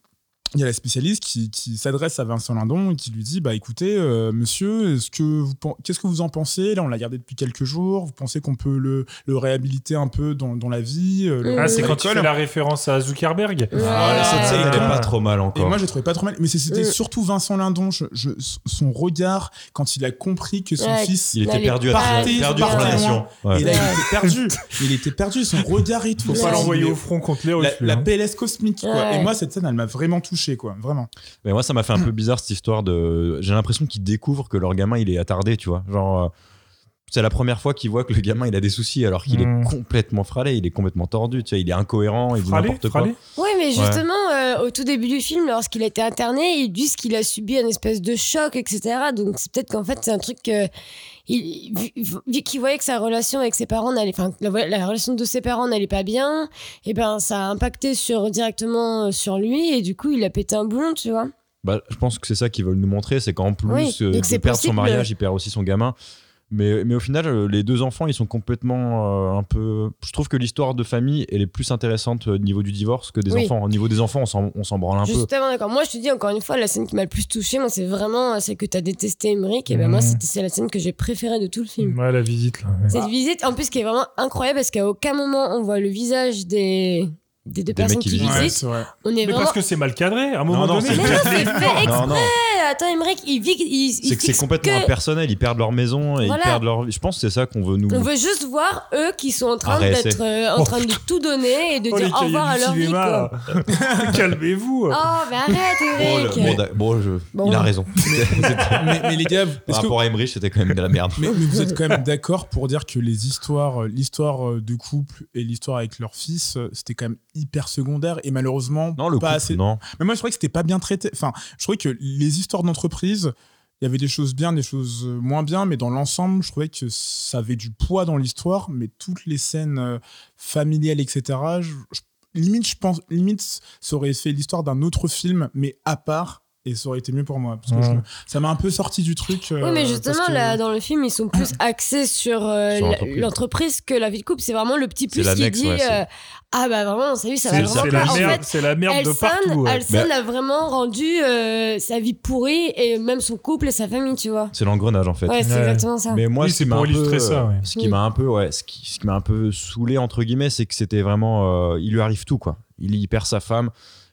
il y a la spécialiste qui, qui s'adresse à Vincent Lindon et qui lui dit bah écoutez euh, monsieur est-ce que vous qu'est-ce que vous en pensez, là on l'a gardé depuis quelques jours, vous pensez qu'on peut le, le réhabiliter un peu dans, dans la vie euh, le, ah c'est quand l'école. tu fais la référence à Zuckerberg. Ouais. Ah, cette scène elle est pas trop mal encore. Et moi j'ai trouvé pas trop mal, mais c'était Mm. surtout Vincent Lindon, je, je, son regard quand il a compris que son Ouais, fils il était perdu à partait, perdu pour la partait nation. loin. Ouais. Et là il était perdu, il était perdu, son regard et tout. Faut pas l'envoyer au front contre les Russes. La, la hein. P L S cosmique quoi. Ouais. Et moi cette scène elle m'a vraiment touché quoi, vraiment. Mais moi, ça m'a fait un peu bizarre cette histoire de. J'ai l'impression qu'ils découvrent que leur gamin il est attardé, tu vois. Genre, euh, c'est la première fois qu'ils voient que le gamin il a des soucis alors qu'il Mm. est complètement frâlé, il est complètement tordu, tu vois. Il est incohérent, il dit Fralé, n'importe quoi. fralé. Oui, mais justement, euh, au tout début du film, lorsqu'il a été interné, ils disent qu'il a subi un espèce de choc, et cetera. Donc c'est peut-être qu'en fait, c'est un truc que. Il, vu, vu qu'il voyait que sa relation avec ses parents n'allait, enfin la, la relation de ses parents n'allait pas bien, et ben ça a impacté sur directement sur lui et du coup il a pété un boulon, tu vois. Bah, je pense que c'est ça qu'ils veulent nous montrer, c'est qu'en plus Oui, euh, donc de c'est perdre son possible. mariage, il perd aussi son gamin. Mais, mais au final, euh, les deux enfants, ils sont complètement euh, un peu. Je trouve que l'histoire de famille, elle est plus intéressante au niveau du divorce que des Oui. enfants. Au niveau des enfants, on s'en, on s'en branle un peu. Justement, d'accord. Moi, je te dis encore une fois, la scène qui m'a le plus touchée, moi, c'est vraiment celle que t'as détestée, Emmerich. Et ben Mmh. moi, c'était c'est la scène que j'ai préférée de tout le film. Ouais, la visite là. ouais. Cette visite, en plus, qui est vraiment incroyable parce qu'à aucun moment on voit le visage des, des deux Des mecs personnes qui qui visitent. Ouais, visitent. c'est vrai. On est Mais vraiment. parce que c'est mal cadré. À un moment Non, non, donné, c'est Mais il non, y a c'est des- fait exprès. Non, non. Attends, Emmerich, il vit. Il, C'est il que c'est fixe complètement que- impersonnel, ils perdent leur maison et Voilà. ils perdent leur vie. Je pense que c'est ça qu'on veut nous. On veut juste voir eux qui sont en train Un réessai. d'être euh, en train de tout donner et de Oh, les dire au cahiers revoir à du leur vie. cinéma, Quoi. là. Calmez-vous. Oh, mais arrête, Oh, Emmerich. le- bon, d'ac- bon, je- Bon. il a raison. mais, mais les gars, Par est-ce que, rapport à Emmerich, c'était quand même de la merde. mais, mais vous êtes quand même d'accord pour dire que les histoires, euh, l'histoire euh, de couple et l'histoire avec leur fils, euh, c'était quand même hyper secondaire et malheureusement Non, le pas couple, assez. non. Mais moi, je trouvais que c'était pas bien traité. Enfin, je trouvais que les histoires d'entreprise, il y avait des choses bien, des choses euh, moins bien, mais dans l'ensemble, je trouvais que ça avait du poids dans l'histoire. Mais toutes les scènes euh, familiales, et cetera, je- je- limite, je pense, limite, ça aurait fait l'histoire d'un autre film, mais à part. Et ça aurait été mieux pour moi. Parce que Ouais. je me- ça m'a un peu sorti du truc. euh, Oui, mais parce justement, que- là, dans le film, ils sont plus axés sur, euh, Sur la- l'entreprise. l'entreprise que la vie de couple. C'est vraiment le petit C'est plus qui l'annexe, dit ouais, c'est- euh, ah bah vraiment, ça, ça va C'est vraiment c'est pas. la En merde, fait, c'est la merde de Elson, partout. ouais. Elson a vraiment rendu euh, sa vie pourrie et même son couple et sa famille, tu vois. C'est l'engrenage en fait. Ouais, c'est Ouais. exactement ça. Mais moi, Oui, ce c'est qui m'a pour un peu, illustrer ça, ouais. ce qui Mm. m'a un peu, ouais, ce qui, ce qui m'a un peu saoulé entre guillemets, c'est que c'était vraiment, euh, il lui arrive tout quoi. Il, il perd sa femme,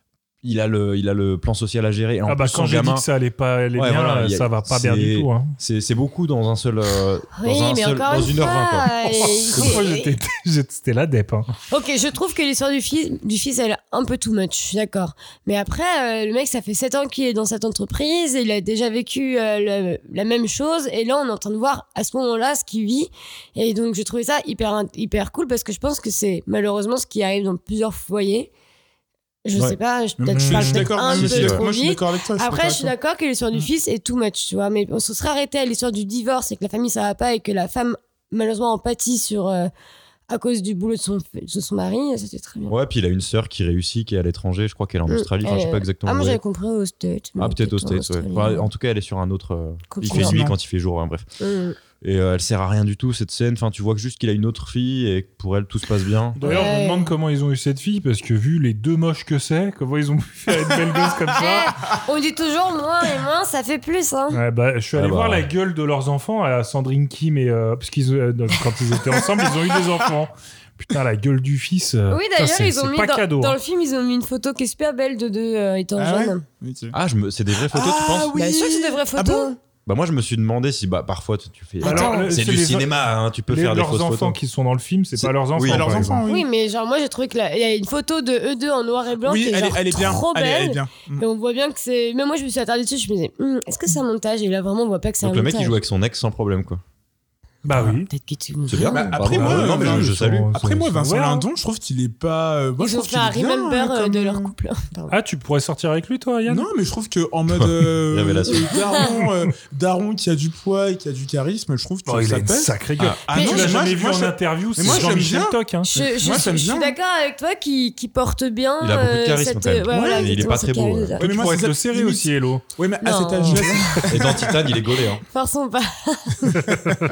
il a le, il a le plan social à gérer. Et en Ah bah plus, quand son j'ai dit gamin, que ça allait pas aller Ouais, bien, voilà, il y a- ça va pas bien c'est- du tout. Hein. c'est, c'est beaucoup dans un seul, euh, Oui, dans un mais seul, encore dans une une heure vingt quoi. fois, et- Moi, j'étais- j'étais- C'était la dep. Hein. Ok, je trouve que l'histoire du fils, du fils, elle est un peu too much, je suis d'accord. Mais après, euh, le mec, ça fait sept ans qu'il est dans cette entreprise, il a déjà vécu euh, le- la même chose, et là, on est en train de voir à ce moment-là ce qu'il vit. Et donc, j'ai trouvé ça hyper, hyper cool parce que je pense que c'est malheureusement ce qui arrive dans plusieurs foyers. Je Ouais. sais pas, je, Mais peut-être je je suis- parle je suis peut-être d'accord. un moi, je suis peu d'accord- trop moi, je suis vite. d'accord avec toi. Après, je suis d'accord. d'accord que l'histoire du fils est too much, tu vois. Mais on se serait arrêté à l'histoire du divorce et que la famille ça va pas et que la femme malheureusement en pâtit sur euh, à cause du boulot de son de son mari, c'était très bien. Ouais, puis il a une sœur qui réussit, qui est à l'étranger. Je crois qu'elle est en Mm, Australie. Enfin, je sais euh, pas exactement. Ah, moi où elle j'avais est. compris aux States. mais Ah, peut-être aux en States. Ouais. Australie. Enfin, en tout cas, elle est sur un autre. euh, il fait Continent. nuit quand il fait jour. Hein, bref. Mm. Et euh, elle sert à rien du tout cette scène. Enfin, tu vois que juste qu'il a une autre fille et que pour elle tout se passe bien. D'ailleurs, je me Ouais. demande comment ils ont eu cette fille, parce que vu les deux moches que c'est, comment ils ont pu faire une belle gosse comme ça. Eh, on dit toujours moins et moins, ça fait plus. Hein. Ouais, bah, je suis allé Ah bah. voir la gueule de leurs enfants, à Sandrine Kim, et, euh, parce qu'ils, euh, donc, quand ils étaient ensemble, ils ont eu des enfants. Putain, la gueule du fils. euh, Oui, putain, d'ailleurs, c'est- ils ont c'est mis pas dans, cadeau. dans hein. le film, ils ont mis une photo qui est super belle de deux euh, étant Ah ouais jeunes. Ok. Ah, je me... c'est des vraies photos, tu penses oui. Bien sûr que c'est des vraies Ah photos. bon Bah moi je me suis demandé si bah parfois tu tu fais. Bah alors, Attends. le- c'est du les- cinéma, hein, tu peux les- faire des leurs fausses enfants photos. qui sont dans le film, c'est C'est- pas leurs enfants. oui, Leurs par enfants, exemple. oui. Oui, mais genre, moi j'ai trouvé qu'il y a une photo de eux deux en noir et blanc Oui, qui est, elle, est- genre elle est bien. trop Elle est, elle est belle. bien. Mm. Et on voit bien que c'est. Même moi, je me suis attardée dessus, je me disais, Hum, est-ce que c'est un montage? Et là, vraiment, on voit pas que c'est un Donc le mec montage. il joue avec son ex sans problème quoi. Bah oui. Peut-être qu'il te- C'est bien. Bah, Bravo. après, moi, non mais je, je ils salue. sont- Après, moi, sont Vincent ouverts, hein. Lindon, je trouve qu'il est pas. euh, moi, je Ils ont trouve fait un qu'il est bien, remember euh, euh, de comme, leur euh, couple. Pardon. Ah, tu pourrais sortir avec lui, toi, Yann? Non, mais je trouve que en mode euh, Révélation. euh, daron, euh, daron qui a du poids et qui a du charisme, je trouve que Oh, il ça a une pèse. sacrée gueule. Ah, Mais tu non, l'as mais moi, jamais je- vu moi, en je- interview, mais c'est moi, j'aime Jean-Michel bien. Toc. Hein. Je, je, Moi, je- j'aime je suis bien. d'accord avec toi qui, qui porte bien. Il a beaucoup de euh, charisme, cette- quand même. voilà, Ouais, il est exactement, pas cette très beau, charisme. ouais. Ouais, mais Tu moi, pourrais c'est te le ça, serrer limite- aussi, Hello. Oui, mais à Non. cet âge-là, Et dans Titan il est gaulé hein. Forçons pas. Dans Titan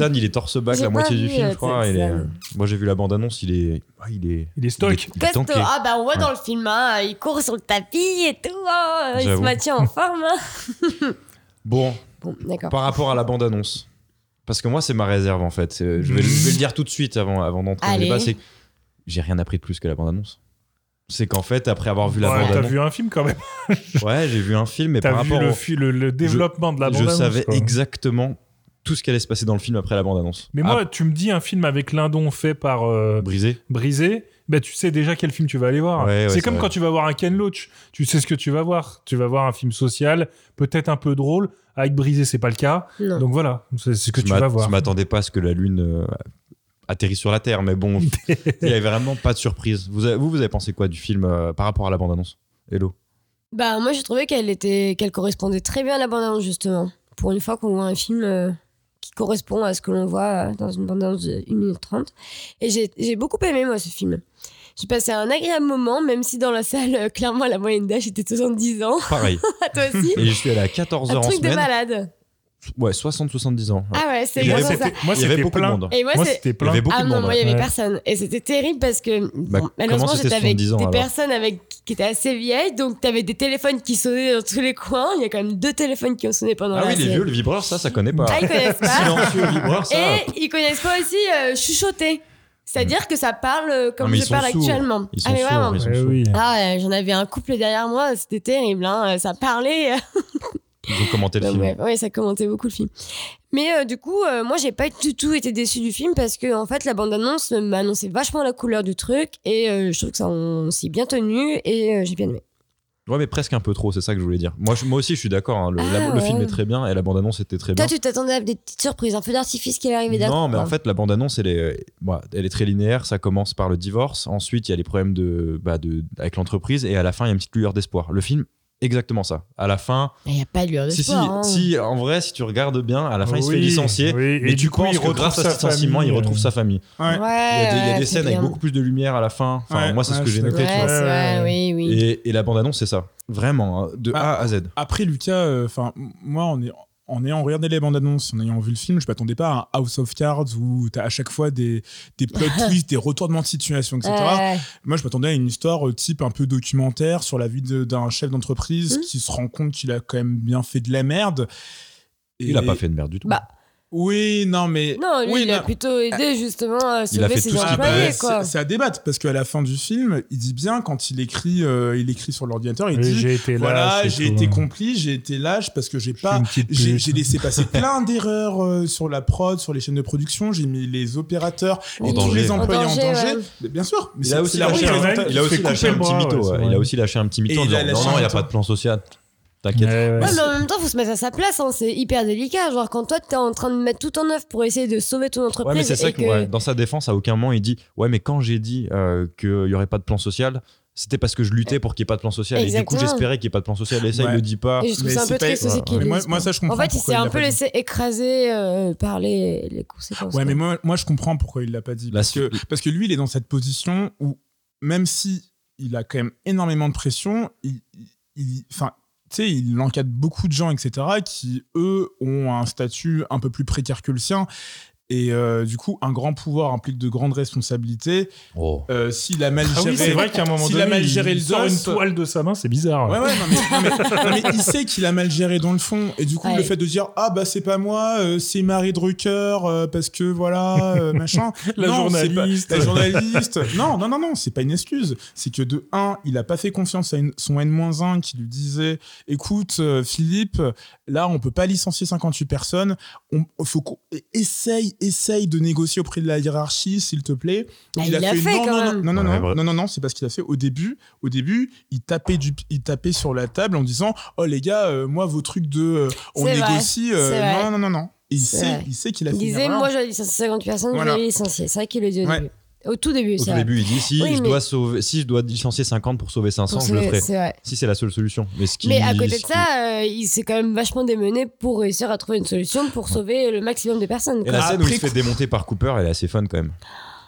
Ethan, il est torse-bac J'ai la pas moitié vu, du film, euh, je crois. c'est Il est... ça. Moi, j'ai vu la bande-annonce, il est. ah, il est. Il est stock. Il est, il est Costaud. tanké. Ah bah on voit dans Ouais. le film, hein, il court sur le tapis et tout, hein, il se J'avoue. maintient en forme. hein. Bon, Bon, d'accord. par rapport à la bande-annonce. Parce que moi, c'est ma réserve en fait. C'est- Je vais, je vais le dire tout de suite avant, avant d'entrer dans le Allez. débat. C'est que j'ai rien appris de plus que la bande-annonce. C'est qu'en fait, après avoir vu la Ouais, t'as bande-annonce. vu un film quand même. Ouais, j'ai vu un film, mais T'as par vu rapport le, au. fi- le, le développement de la Je bande-annonce. savais quoi. exactement tout ce qui allait se passer dans le film après la bande-annonce. Mais moi, tu me dis un film avec Lindon fait par euh, Brisé. Brisé, bah, tu sais déjà quel film tu vas aller voir. Ouais, ouais, c'est c'est comme vrai. quand tu vas voir un Ken Loach. Tu sais ce que tu vas voir. Tu vas voir un film social, peut-être un peu drôle. Avec Brisé, c'est pas le cas. Non. Donc voilà, c'est ce que Je tu m'att- vas voir. Je m'attendais pas à ce que la Lune euh, atterrisse sur la Terre, mais bon, il y avait vraiment pas de surprise. Vous, avez, vous, vous avez pensé quoi du film euh, par rapport à la bande-annonce? Hello. Bah moi j'ai trouvé qu'elle était qu'elle correspondait très bien à la bande-annonce justement. Pour une fois qu'on voit un film euh, qui correspond à ce que l'on voit euh, dans une bande-annonce de une minute trente. Et j'ai j'ai beaucoup aimé moi ce film. J'ai passé un agréable moment, même si dans la salle, euh, clairement la moyenne d'âge était soixante-dix ans. Pareil. Toi aussi. Et je suis allé à quatorze Un heures en truc de semaine. malade. Ouais, soixante à soixante-dix ans. Ah ouais, c'est Il y avait exactement beaucoup- ça. Moi, il y avait c'était beaucoup plein. de monde. Et moi, Moi, c'est- c'était Il y plein. avait beaucoup Ah de non, monde. moi il y avait Ouais. personne. Et c'était terrible parce que Bah, bon, malheureusement comment c'était j'étais avec soixante-dix ans, des alors personnes avec, qui étaient assez vieilles, donc t'avais des téléphones qui sonnaient dans tous les coins. Il y a quand même deux téléphones qui ont sonné pendant Ah la oui, les scène. vieux, le vibreur, ça, ça connaît pas. Ah, ils connaissent pas. Silencieux vibreur, ça. Et ils connaissent pas aussi euh, chuchoter. C'est-à-dire que ça parle euh, comme Non, mais je ils sont parle sourds. actuellement. Ils sont ah, mais sourds, vraiment. ils sont Eh sourds. oui. Ah ouais, j'en avais un couple derrière moi, c'était terrible, hein. Ça parlait. Ils ont commenté le Donc, film. ouais, ouais, ça commentait beaucoup le film. Mais euh, du coup, euh, moi, j'ai pas du tout été déçue du film parce que en fait, la bande-annonce m'a annoncé vachement la couleur du truc et euh, je trouve que ça on s'y est bien tenu et euh, j'ai bien aimé. Ouais, mais presque un peu trop, c'est ça que je voulais dire. Moi, je- moi aussi, je suis d'accord. hein. Le, Ah, la- le ouais. film est très bien et la bande-annonce était très bien. Toi, tu t'attendais à des petites surprises, un feu d'artifice qui est arrivé d'un Non, coup, mais en quoi. fait, la bande-annonce, elle est, bon, elle est très linéaire. Ça commence par le divorce. Ensuite, il y a les problèmes de, bah, de, avec l'entreprise. Et à la fin, il y a une petite lueur d'espoir. Le film, exactement ça. À la fin. Il n'y a pas de lueur de Si, si, espoir, hein. si, en vrai, si tu regardes bien, à la fin, il se fait Oui, licencier. oui, et Mais du tu coup, penses il que retrouve grâce à sa ce licenciement, il famille, retrouve euh. sa famille. Ouais. Ouais, Il y a des, il y a ouais, des c'est scènes avec bien. beaucoup plus de lumière à la fin. Enfin, Ouais, moi, c'est ouais, ce que je j'ai suis noté. d'accord. tu Ouais, vois. c'est vrai, oui, oui. Et, et la bande-annonce, c'est ça. Vraiment, hein, de Ah. A à Z. Après, Lucas, enfin, moi, en, est- en ayant regardé les bandes annonces, en ayant vu le film, je m'attendais pas à un House of Cards où t'as à chaque fois des, des plot twists, des retournements de situation, et cetera. Ouais. Moi, je m'attendais à une histoire euh, type un peu documentaire sur la vie de- d'un chef d'entreprise Mmh. qui se rend compte qu'il a quand même bien fait de la merde. Et- Il a pas fait de merde du tout. Bah, Oui, non, mais. non, lui, oui, il a non. plutôt aidé justement à Il a sauver fait ses tout ce qu'il employés, pouvait. quoi. C'est c'est à débattre parce qu'à la fin du film, il dit bien quand il écrit, euh, il écrit sur l'ordinateur, il Oui, dit j'ai été voilà, lâche et j'ai tout, été hein. complice, j'ai été lâche parce que j'ai Je suis pas, une petite j'ai pute. j'ai laissé passer plein d'erreurs euh, sur la prod, sur les chaînes de production, j'ai mis les opérateurs et En tous danger. les employés En en danger, danger. ouais. Mais bien sûr, mais Il a c'est- aussi c'est la lâché, représenta- un- il a aussi fait lâché couper un le petit bras, mytho. ouais, c'est ouais. vrai. Il a aussi lâché un petit mytho Et en il a disant non, lâché non, il n'y a un pas temps. de plan social. T'inquiète. Ouais, ouais. Ouais, mais en même temps, faut se mettre à sa place, hein. C'est hyper délicat. Genre, quand toi, t'es en train de mettre tout en œuvre pour essayer de sauver ton entreprise. Ouais, mais c'est ça et que, que... ouais, dans sa défense, à aucun moment il dit ouais, mais quand j'ai dit euh, qu'il n'y aurait pas de plan social, c'était parce que je luttais pour qu'il n'y ait pas de plan social. Et du coup, Exactement. j'espérais qu'il n'y ait pas de plan social. Et ça, Ouais. il le dit pas. Et je trouve Mais ça un c'est peu pas- triste aussi ouais, qu'il Mais le moi, dise moi, pas. ça, je comprends. En fait, il pourquoi s'est un l'a peu pas dit. laissé écraser euh, par les, les conséquences. Ouais, quoi. mais moi, moi, je comprends pourquoi il l'a pas dit. La Parce su- que, parce que lui, il est dans cette position où, même si il a quand même énormément de pression, il, il, enfin, tu sais, il encadre beaucoup de gens, et cetera, qui, eux, ont un statut un peu plus précaire que le sien. Et euh, du coup, un grand pouvoir implique de grandes responsabilités. Oh. Euh, s'il a mal Ah géré, oui, c'est vrai qu'à un moment s'il donné, a mal géré il le sort dos, une toile de sa main, c'est bizarre. Ouais, ouais, non, mais, non, mais- non, mais il sait qu'il a mal géré dans le fond. Et du coup, Ouais. le fait de dire ah bah c'est pas moi, euh, c'est Marie Drucker euh, parce que voilà, euh, machin. La Non, c'est pas- journaliste. La journaliste. Non, non, non, non, c'est pas une excuse. C'est que de un, il a pas fait confiance à une- son N un qui lui disait écoute, euh, Philippe, là, on peut pas licencier cinquante-huit personnes. On, faut qu'on essaye, essaye de négocier auprès de la hiérarchie, s'il te plaît. Bah, il l'a fait, non, quand non, même. non, non, non, Ouais, non, vrai. non, non, non, c'est pas ce qu'il a fait au début. Au début, il tapait du, il tapait sur la table en disant, oh les gars, euh, moi vos trucs de, euh, on C'est vrai, négocie, euh, c'est vrai. non, non, non, non. Et il C'est sait, vrai. il sait qu'il a Il fait une disait, erreur. moi, j'avais licencié cinquante personnes, Voilà. je vais les licencier. C'est vrai qu'il le dit au Ouais. début. Au tout début, Au c'est tout vrai. début, il dit si, Oui, je mais- dois sauver, si je dois licencier cinquante pour sauver cinq cents, Pour je le sauver- ferai. c'est vrai. Si c'est la seule solution. Mais, ce qui, Mais à côté de ce qui- ça, euh, il s'est quand même vachement démené pour réussir à trouver une solution pour sauver le maximum de personnes. Et quoi. la scène où il Après se fait coup- démonter par Cooper, elle est assez fun quand même.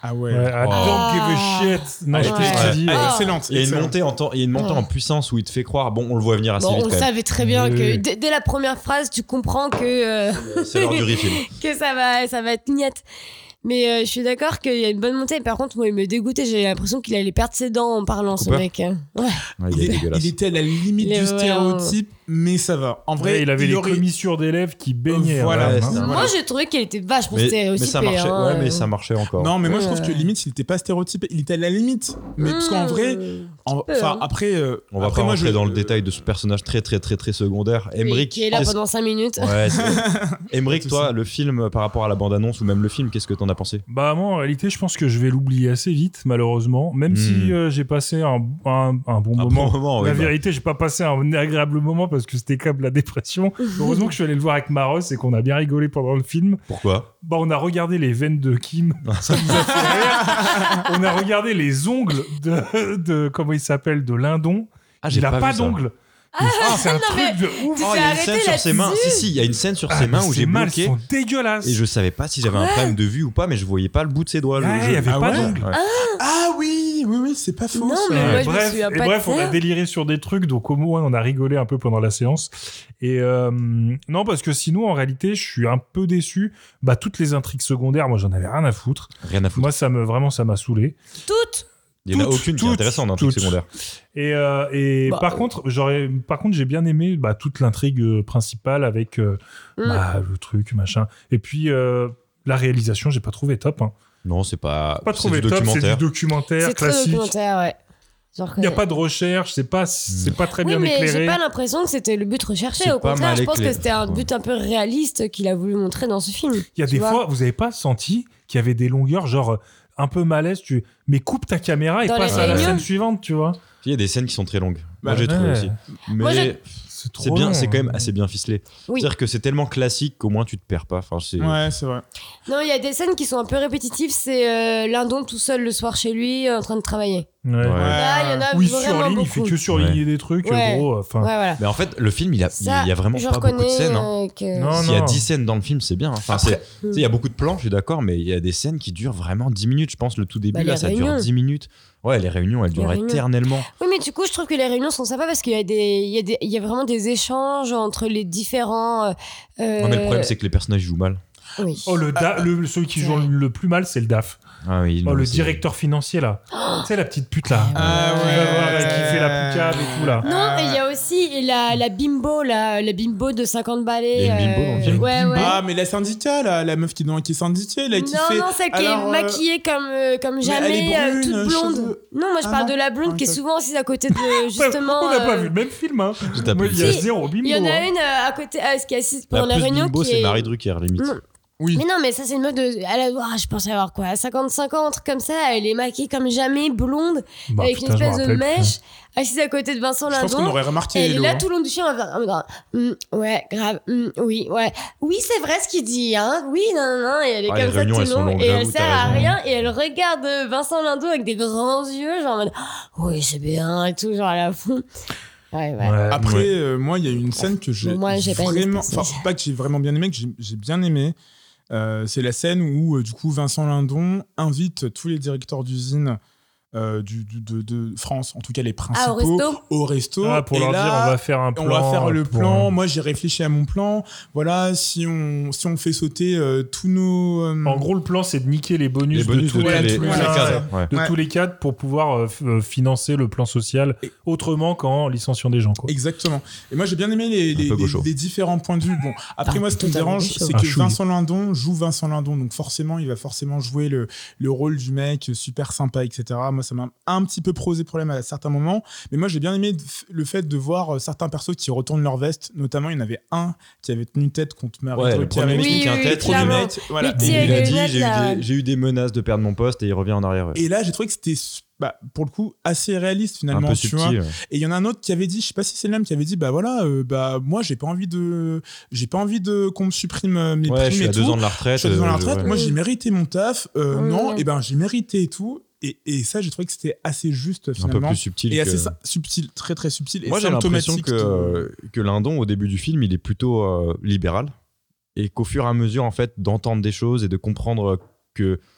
Ah ouais. Ouais, I Oh. don't give a shit. Non, Elle je était- t'ai ouais. dit. Ah, euh, excellente. Il y a une excellente. montée en temps, il y a une montée Ouais. en puissance où il te fait croire. Bon, on le voit venir assez Bon, vite on quand même. savait très bien Oui, que oui. dès, dès la première phrase, tu comprends que, euh, C'est l'heure du refill. que ça va, ça va être niette. Mais euh, je suis d'accord qu'il y a une bonne montée. Par contre, moi, il me dégoûtait. J'ai l'impression qu'il allait perdre ses dents en parlant, ce Cooper mec. Ouais. Ouais, il, Il, est est- dégueulasse. il était à la limite Il est du vraiment- stéréotype, mais ça va. En vrai, Ouais, il avait les aurait- commissures des lèvres qui baignaient. Voilà, hein, ouais, hein. c'était un- Moi, j'ai trouvé qu'il était vachement mais, mais stéréotypé. ça marchait. hein, Ouais, mais euh. ça marchait encore. Non, mais moi je trouve Ouais. que limite, il était pas stéréotypé. Il était à la limite. Mais parce qu'en vrai, en- peu, enfin hein. après, euh, On va après pas moi, rentrer je- dans le détail de ce personnage très très très très secondaire. Oui, Emmerich. qui est là est-ce- pendant cinq minutes. Ouais, c'est- Emmerich, Pas de toi, souci. le film euh, par rapport à la bande-annonce ou même le film, qu'est-ce que t'en as pensé? Bah moi en réalité je pense que je vais l'oublier assez vite malheureusement même Hmm. si euh, j'ai passé un, un, un bon Un moment. bon moment, oui, la bah. vérité j'ai pas passé un agréable moment parce que c'était comme la dépression. Heureusement que je suis allé le voir avec Maros et qu'on a bien rigolé pendant le film. Pourquoi? Bah on a regardé les veines de Kim, ça nous a fait rire. On a regardé les ongles de, de comment il s'appelle de Lindon. Ah, j'ai il a pas pas, vu ça. d'ongles. Ah, c'est un non, truc mais de ouf. tu Oh, t'es il y a une arrêté scène sur ses mains. là-dessus. Si, si, il y a une scène sur Ah, ses mais mains où ces j'ai mains, elles bloqué. sont dégueulasses. Et je savais pas si j'avais un Quoi problème de vue ou pas, mais je voyais pas le bout de ses doigts. le Ouais, jeu. il y avait Ah pas ouais d'ongles. Ouais. Ah oui, oui, oui, c'est pas faux. Non, ça. mais moi, je me bref, souviens et pas de bref, on ça. a déliré sur des trucs, donc au moins on a rigolé un peu pendant la séance. Et euh, non, parce que sinon, en réalité, je suis un peu déçu. Bah, toutes les intrigues secondaires, moi, j'en avais rien à foutre. Rien à foutre. Moi, ça me vraiment, ça m'a saoulé. Toutes. Il y en a toutes, aucune qui est toutes, intéressante dans le truc toutes. secondaire. Et, euh, et Bah, par euh. contre, j'aurais, par contre, j'ai bien aimé bah, toute l'intrigue euh, principale avec euh, Mm. bah, le truc, machin. Et puis euh, la réalisation, j'ai pas trouvé top. Hein. Non, c'est pas. Pas c'est trouvé du top. C'est documentaire. du documentaire C'est très classique. documentaire, ouais. Genre Il n'y a que- pas de recherche. C'est pas, c'est pas très Oui, bien mais j'ai éclairé. pas l'impression que c'était le but recherché. C'est Au pas contraire, mal je pense que éclairé. c'était un Ouais. but un peu réaliste qu'il a voulu montrer dans ce film. Il y a tu des vois. fois, vous avez pas senti qu'il y avait des longueurs, genre euh, un peu malaise, tu... mais coupe ta caméra et Dans passe les à la réunions scène suivante, tu vois. Il y a des scènes qui sont très longues. Moi, Bah, j'ai trouvé ouais. aussi. Moi, j'ai- Mais C'est trop c'est bien, long, c'est quand hein. même assez bien ficelé. Oui. C'est-à-dire que c'est tellement classique qu'au moins tu te perds pas. Enfin, c'est. Ouais, c'est vrai. Non, il y a des scènes qui sont un peu répétitives. C'est euh, Lindon tout seul le soir chez lui en train de travailler. Ouais. Ouais. Là, il y en a Oui, vraiment surligne, beaucoup. il fait que surligner des trucs, Ouais. gros. Enfin, Ouais, voilà. Mais en fait, le film, il a, il Ça, y a vraiment je pas beaucoup de reconnais, scènes. hein. euh, que- Non, S'il y a non. dix scènes dans le film, c'est bien. hein. Enfin, Après- c'est- tu sais, il y a beaucoup de plans, je suis d'accord, mais il y a des scènes qui durent vraiment dix minutes. Je pense le tout début, Bah, là, les ça réunions. dure dix minutes. Ouais, les réunions, elles Les durent réunions. éternellement. Oui, mais du coup, je trouve que les réunions sont sympas parce qu'il y a des, il y a des, il y a vraiment des échanges entre les différents. euh, Non, mais le problème, c'est que les personnages jouent mal. Oui. Oh, le, da- le celui qui joue le plus mal, c'est le D A F. Ah oui, Oh, non, le c'est- directeur financier, là. tu sais, la petite pute, là. Ah Qui ouais. va voir, là, qui fait la poucave et tout, là. Non, et il y a aussi la, la bimbo, la, la bimbo de cinquante balais. Il y a une bimbo dans le film. Ouais, ouais. Ah, mais la syndicat, là, la meuf qui, dans- qui est syndiquée, là, qui non, fait. non, celle qui Alors, est euh, maquillée comme, euh, comme mais elle est jamais, euh, brune, toute blonde. cheveux- Non, moi je Ah parle non. de la blonde Ah, qui est ok. souvent assise à côté de justement. On n'a pas euh, vu le même film, hein. J'ai tapé Moi, le il y a test. zéro bimbo. Il y en a hein. une euh, à côté, euh, qui est assise La pendant la plus réunion bimbo, qui c'est est. Marie Drucker, limite. Non. Oui. Mais non, mais ça, c'est une meuf de. Elle a, oh, je pensais avoir quoi, cinquante-cinq ans, un truc comme ça. Elle est maquillée comme jamais, blonde, Bah, avec putain, une je me espèce de rappelle plus. mèche, assise à côté de Vincent Je pense Lindon. qu'on aurait remarqué. Et elle est Hello, là hein. tout le long du film, en mode, oh, grave, hum, ouais, grave, hum, oui, ouais. Oui, c'est vrai ce qu'il dit, hein. Oui, non, non, non. Et elle est Ah, les comme ça réunions, tout elles le sont long. longues, Et elle j'avoue, sert t'as à raison. rien. Et elle regarde euh, Vincent Lindon avec des grands yeux, genre en mode, oui, c'est bien, et tout, genre à la fond. Ouais, ouais. Ouais. Après, Ouais. euh, moi, il y a une scène que j'ai Bon, moi, j'ai pas aimé vraiment, ce enfin, pas que j'ai vraiment bien aimé, que j'ai- j'ai bien aimé. Euh, c'est la scène où, euh, du coup, Vincent Lindon invite tous les directeurs d'usine euh, du, du- de, de France, en tout cas les principaux, Ah, au resto au resto. Ah, pour Et leur là, dire, on va faire un plan. on va faire le pour- plan. Moi, j'ai réfléchi à mon plan. Voilà, si on, si on fait sauter euh, tous nos. euh, En gros, le plan, c'est de niquer les bonus, Les bonus de tous de les, tous les- tous les tous les cadres, cadres, ouais. de Ouais. tous les cadres pour pouvoir euh, f- euh, financer le plan social Et- autrement qu'en licenciant des gens. Quoi. Exactement. Et moi, j'ai bien aimé les, Un les, peu les- gaucho. les différents points de vue. Bon, après, Ah, moi, ce qui me totalement dérange, gaucho. c'est Un que chouille. Vincent Lindon joue Vincent Lindon. Donc, forcément, il va forcément jouer le, le rôle du mec super sympa, et cetera. Moi, ça m'a un petit peu posé problème à certains moments. Mais moi, j'ai bien aimé le fait de voir euh, certains persos qui retournent leur veste. Notamment, il y en avait un qui avait tenu tête contre Marie Ouais, le Drucker. premier Oui, mec qui a un oui, tête, Premier clairement. mec, voilà. Les petits Et avec il a les dit lunettes, j'ai eu, là. des, j'ai eu des menaces de perdre mon poste et il revient en arrière. ouais. Et là, j'ai trouvé que c'était, bah, pour le coup, assez réaliste Un finalement. peu tu vois. subtil. ouais. Et il y en a un autre qui avait dit, je sais pas si c'est le même, qui avait dit, bah voilà, euh, bah moi j'ai pas envie de, j'ai pas envie de qu'on me supprime euh, mes Ouais, primes je suis et à tout. deux ans de la retraite. Je suis à deux ans de la euh, retraite. ouais. Moi j'ai mérité mon taf. Euh, Ouais, non, ouais. et ben j'ai mérité et tout. Et, et ça, j'ai trouvé que c'était assez juste Un peu finalement. plus subtil. Et que- assez sa- subtil, très très subtil. Et Moi, j'ai l'impression symptomatique que, de- que Lindon, au début du film, il est plutôt euh, libéral. Et qu'au fur et à mesure, en fait, d'entendre des choses et de comprendre que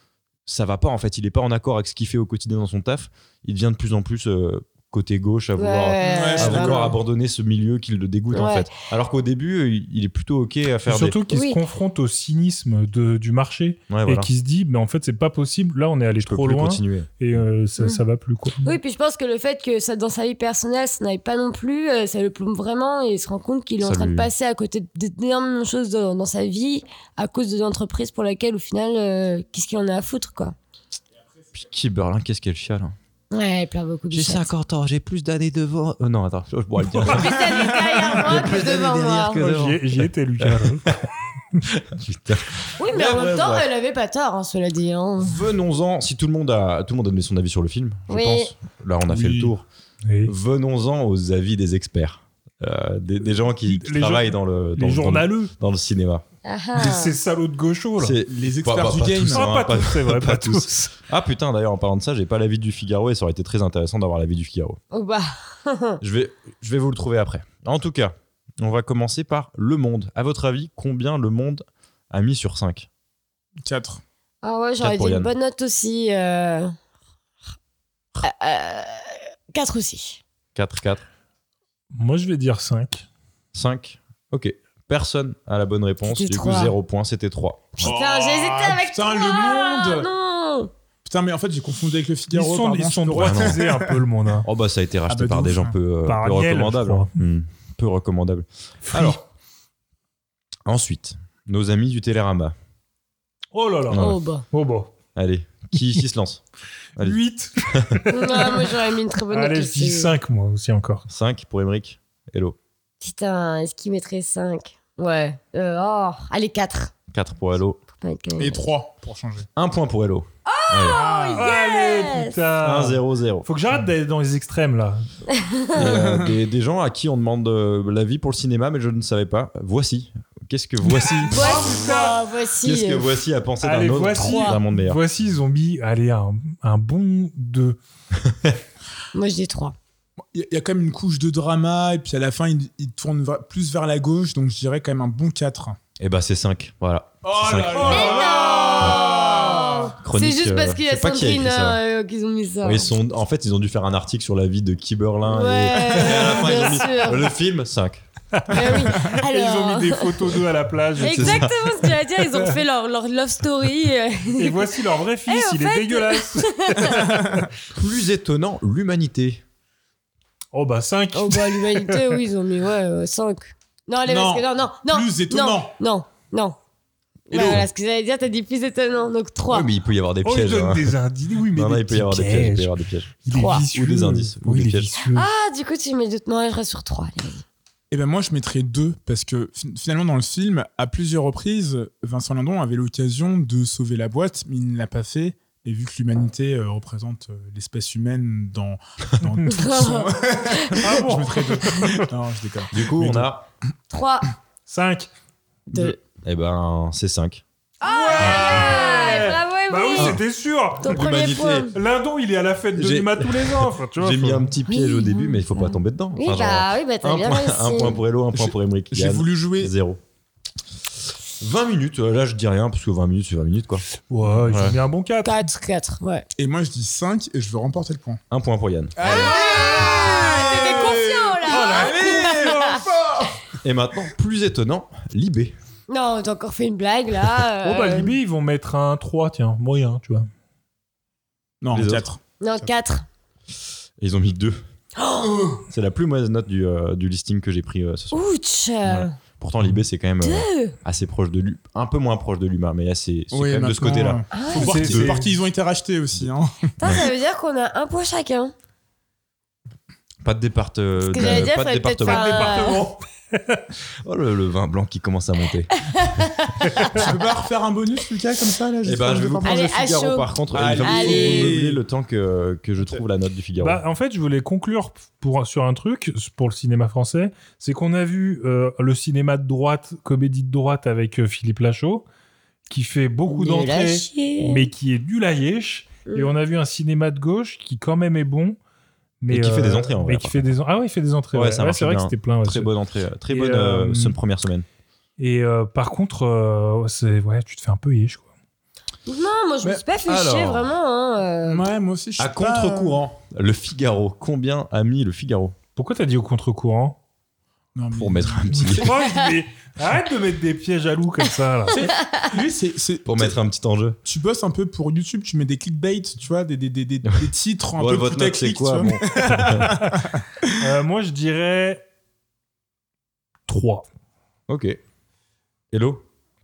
ça va pas en fait. Il est pas en accord avec ce qu'il fait au quotidien dans son taf. Il devient de plus en plus euh, côté gauche à vouloir, Ouais, à ouais, vouloir ouais. abandonner ce milieu qui le dégoûte en Ouais. fait. Alors qu'au début, il il est plutôt ok à faire Surtout des... qu'il Oui. se confronte au cynisme de, du marché Ouais, et voilà. qui se dit, mais en fait, c'est pas possible. Là, on est allé Je peux trop plus loin continuer. et euh, ça, Mm. ça va plus. Quoi. Oui, puis je pense que le fait que ça, dans sa vie personnelle, ça n'aille pas non plus, euh, ça le plombe vraiment et il se rend compte qu'il est en Ça train lui- de passer à côté d'énormément de choses dans, dans sa vie à cause de l'entreprise pour laquelle, au final, euh, qu'est-ce qu'il en a à foutre, quoi. Puis Kimberlin, qu'est-ce qu'elle chiale hein. Ouais, il pleure beaucoup de J'ai choses. cinquante ans, j'ai plus d'années devant. Euh, non, attends, je pourrais le dire. Plus d'années derrière moi Plus que d'années devant derrière moi. que Oh, devant. j'y ai- j'y étais, Lucas. Putain. Oui, mais Ouais, en même ouais, temps, ouais. elle avait pas tort, hein, cela dit. Hein. Venons-en, si tout le monde a tout le monde a donné son avis sur le film, je Oui. pense. Là, on a fait Oui. le tour. Et Venons-en aux avis des experts, Euh, des, des gens qui, qui Les travaillent jour- dans le dans, les dans le- journaleux, dans le cinéma. Ah ah. Et ces salauds de gauchos, là. C'est Les pas- experts pas- du pas game. tous, hein, Ah, pas tous, c'est vrai, pas tous. Ah putain, d'ailleurs en parlant de ça, j'ai pas l'avis du Figaro et ça aurait été très intéressant d'avoir l'avis du Figaro. Oh bah. Je vais je vais vous le trouver après. En tout cas, on va commencer par Le Monde. À votre avis, combien Le Monde a mis sur cinq? quatre. Ah ouais, j'aurais Quatre pour dit une Yann. bonne note aussi. Euh... Euh, euh, quatre aussi. quatre, quatre, Moi, je vais dire cinq. cinq. Ok. Personne a la bonne réponse. C'était Du coup, trois. zéro point, c'était trois. Putain, Oh, j'ai hésité avec putain, toi. Le Monde. Non. Putain, mais en fait, j'ai confondu avec le Ils Figaro. sont, pardon, ils je sont peux- droitisés un peu, le monde. hein. Oh bah ça a été racheté Ah bah, par de des ouf, gens hein. peu, euh, Par peu Agnel, recommandables. je crois. hein. Hmm, peu recommandables. Free. Alors, ensuite, nos amis du Télérama. Oh là là. Ouais. Oh bah. Oh bah. Allez, qui, qui se lance? Allez. huit. Non, moi j'aurais mis une très bonne note. Allez, je aussi. dis cinq, moi aussi encore. cinq pour Émeric. Hello. Putain, est-ce qu'il mettrait cinq? Ouais. Euh, oh, allez, quatre. quatre pour Hello. Et trois, pour changer. un point pour Hello. Oh, Allez, yes. putain. un zéro zéro. Faut que j'arrête d'aller dans les extrêmes, là. Et, euh, des, des gens à qui on demande euh, l'avis pour le cinéma, mais je ne savais pas. Voici. Qu'est-ce que Voici Voici. Oh, voici. Qu'est-ce que Voici a pensé Allez, d'un autre Voici. d'un monde meilleur? Voici, ils ont mis, allez, un, un bon deux. Moi, je dis trois. Il y, a- il y a quand même une couche de drama, et puis à la fin, il, il tourne va- plus vers la gauche, donc je dirais quand même un bon quatre. Et bah c'est cinq. Voilà. Oh C'est là cinq. là. Mais non. Chronique, C'est juste parce euh, qu'il y a je sais pas qui a écrit Sandrine ça. hein, euh, qu'ils ont mis ça. Ouais, ils sont, en fait, ils ont dû faire un article sur la vie de Kiberlin. Ouais, et, et à la fin, ils bien ont mis sûr. le film cinq. Eh oui. Et ils ont Alors. mis des photos d'eux à la plage. Exactement ce que tu vas dire, ils ont fait leur, leur love story. euh. Et voici leur vrai fils, Eh, en il fait- est dégueulasse. Plus étonnant, l'humanité. Oh bah cinq. Oh bah l'humanité, oui, ils ont mis ouais, cinq. Non, allez, Non. parce que non, non, non. Plus étonnant. Non, non, non. Hello. Voilà, ce que j'allais dire, t'as dit plus étonnant, donc trois. Oui, mais il peut y avoir des Oh, il pièges. donne hein. des indices. Oui, mais Non, non, des il peut y avoir des petits pièges. Il peut y pièges. avoir des pièges. Il est Trois. vicieux. Ou des indices, ou Oui, des il est pièges. vicieux. Ah, du coup, tu mets deux. Non, je reste sur trois. Allez, vas-y. Et ben moi, je mettrais deux, parce que fi- finalement, dans le film, à plusieurs reprises, Vincent Lindon avait l'occasion de sauver la boîte, mais il ne l'a pas fait. Et vu que l'humanité euh, représente euh, l'espèce humaine dans, dans tout son... Ah bon. Je mettrais deux. Non, je déconne. Du coup, Mais on deux. a. Trois. cinq. Deux. Eh ben, c'est cinq. Ah, bravo, Bah oui, Emery. c'était sûr. Ton premier L'humanité. point. Lindon, il est à la fête de J'ai- Numa tous les ans. Enfin, tu vois, J'ai mis faut- un petit piège Oui, au début, oui. mais il faut pas tomber dedans. Oui, Enfin, genre, bah oui, bah t'as un, bien point, réussi. un point pour Hello, un point J'ai- pour Émeric. J'ai Yann, voulu jouer... Zéro. vingt minutes, euh, là je dis rien parce que vingt minutes c'est vingt minutes quoi. Ouais, ils ont Ouais. mis un bon quatre. quatre, quatre, ouais. Et moi, je dis cinq, et je veux remporter le point. Un point pour Yann. Ah, t'étais confiant, là. Et maintenant, plus étonnant, Libé. Non, t'as encore fait une blague, là. Oh bah euh, Libé, ils vont mettre un trois, tiens, moyen, tu vois. Non, Les autres. quatre. Non, quatre. Et ils ont mis deux. Oh, C'est la plus mauvaise note du, euh, du listing que j'ai pris euh, ce soir. ouch. Ouais. Pourtant, Libé c'est quand même euh, Deux. assez proche de lui, un peu moins proche de l'humain, mais assez, c'est Oui, quand même de ce maintenant, côté-là. Ah Faut ouais. voir C'est- qui- c'est- par qui ils ont été rachetés aussi. Hein. Putain, ça veut dire qu'on a un point chacun. Pas de départ, euh, que de- j'allais dire, pas de fallait peut-être département. faire un- Département. Oh le, le vin blanc qui commence à monter. Tu peux pas refaire un bonus, Lucas, comme ça là, Et juste ben pour je vais le vous faire prendre Allez, le à Figaro chaud. par contre. Allez. Il va vous Allez. renouveler le temps que, que je trouve la note du Figaro. Bah, en fait, je voulais conclure pour, sur un truc pour le cinéma français. C'est qu'on a vu euh, le cinéma de droite, comédie de droite avec euh, Philippe Lachaud, qui fait beaucoup Nul à d'entrées, chier. mais qui est du laïèche. Mm. Et on a vu un cinéma de gauche qui, quand même, est bon. Mais Et qui fait des entrées, en vrai, mais qui par fait des en- Ah ouais, il fait des entrées. Ouais, Ouais, ça Ouais, marche c'est vrai bien. que c'était plein. ouais, Très c'est- bonne entrée, euh, très Et, bonne euh, euh, sem- première semaine. Et euh, par contre, euh, c'est ouais, tu te fais un peu yéche, quoi. Non, moi je me Mais suis pas fait alors- chier vraiment. Hein, euh. Ouais, moi aussi, je suis À pas- contre-courant, le Figaro. Combien a mis le Figaro Pourquoi t'as dit au contre-courant? Non, mais- pour mettre un petit Oh, mais arrête de mettre des pièges à loup comme ça. Là. C'est- Lui, c'est. c'est- pour mettre un petit enjeu. Tu bosses un peu pour YouTube, tu mets des clickbait, tu vois, des, des, des, des, des titres un Bon, peu votre note, c'est putaclic, quoi tu vois. bon. Euh, moi, je dirais trois. Ok. Hello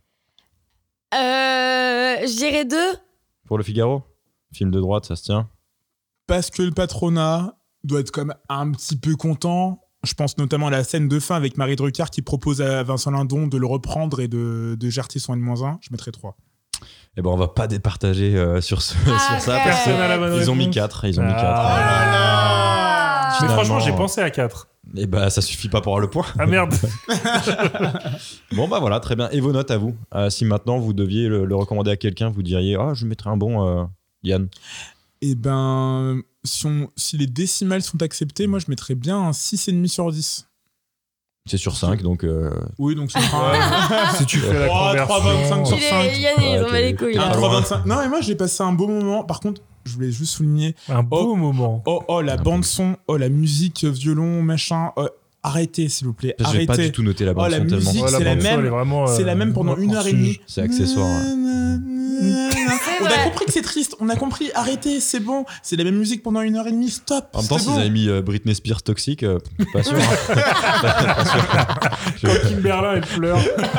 Euh, je dirais deux. pour le Figaro. Film de droite, ça se tient. Parce que le patronat doit être quand même un petit peu content. Je pense notamment à la scène de fin avec Marie Drucker qui propose à Vincent Lindon de le reprendre et de, de Gertie son N un. Je mettrais trois. Eh ben, on va pas départager euh, sur, ce, Ah, sur ça. ouais. parce que Personne n'a la bonne ils ont mis réponse. quatre. Ils ont mis Ah. quatre. Ah. Mais Finalement, franchement, j'ai pensé à quatre. Et bah, ça suffit pas pour avoir le point. Ah merde. Bon, bah voilà, très bien. Et vos notes à vous Euh, Si maintenant vous deviez le, le recommander à quelqu'un, vous diriez ah, je mettrais un bon euh, Yann. Et ben, si, on, si les décimales sont acceptées, moi je mettrais bien un six virgule cinq sur dix. C'est sur cinq, donc. euh, Oui, donc c'est un. Si tu fais la trois virgule vingt-cinq conversion. sur Il est- cinq. Yann, ils Ouais, ont mal les t'es- couilles. t'es là. pas Un loin. trois virgule vingt-cinq. Non, mais moi j'ai passé un beau moment. Par contre, je voulais juste souligner. Un beau moment. Oh, oh, la bande-son, oh, la musique, violon, machin. Oh, arrêtez, s'il vous plaît. J'ai Arrêtez. pas du tout noté la Oh, bande la son tellement. musique, Ouais, la c'est la bande-son, même. elle est vraiment, C'est euh, la même pendant une heure et demie. C'est accessoire. On a compris que c'est triste, on a compris, arrêtez, c'est bon. C'est la même musique pendant une heure et demie, stop. En même temps, c'est s'ils bon. avaient mis euh, Britney Spears toxique, euh, pas sûr. hein. Pas sûr. Quand Kimberlin, elle pleure.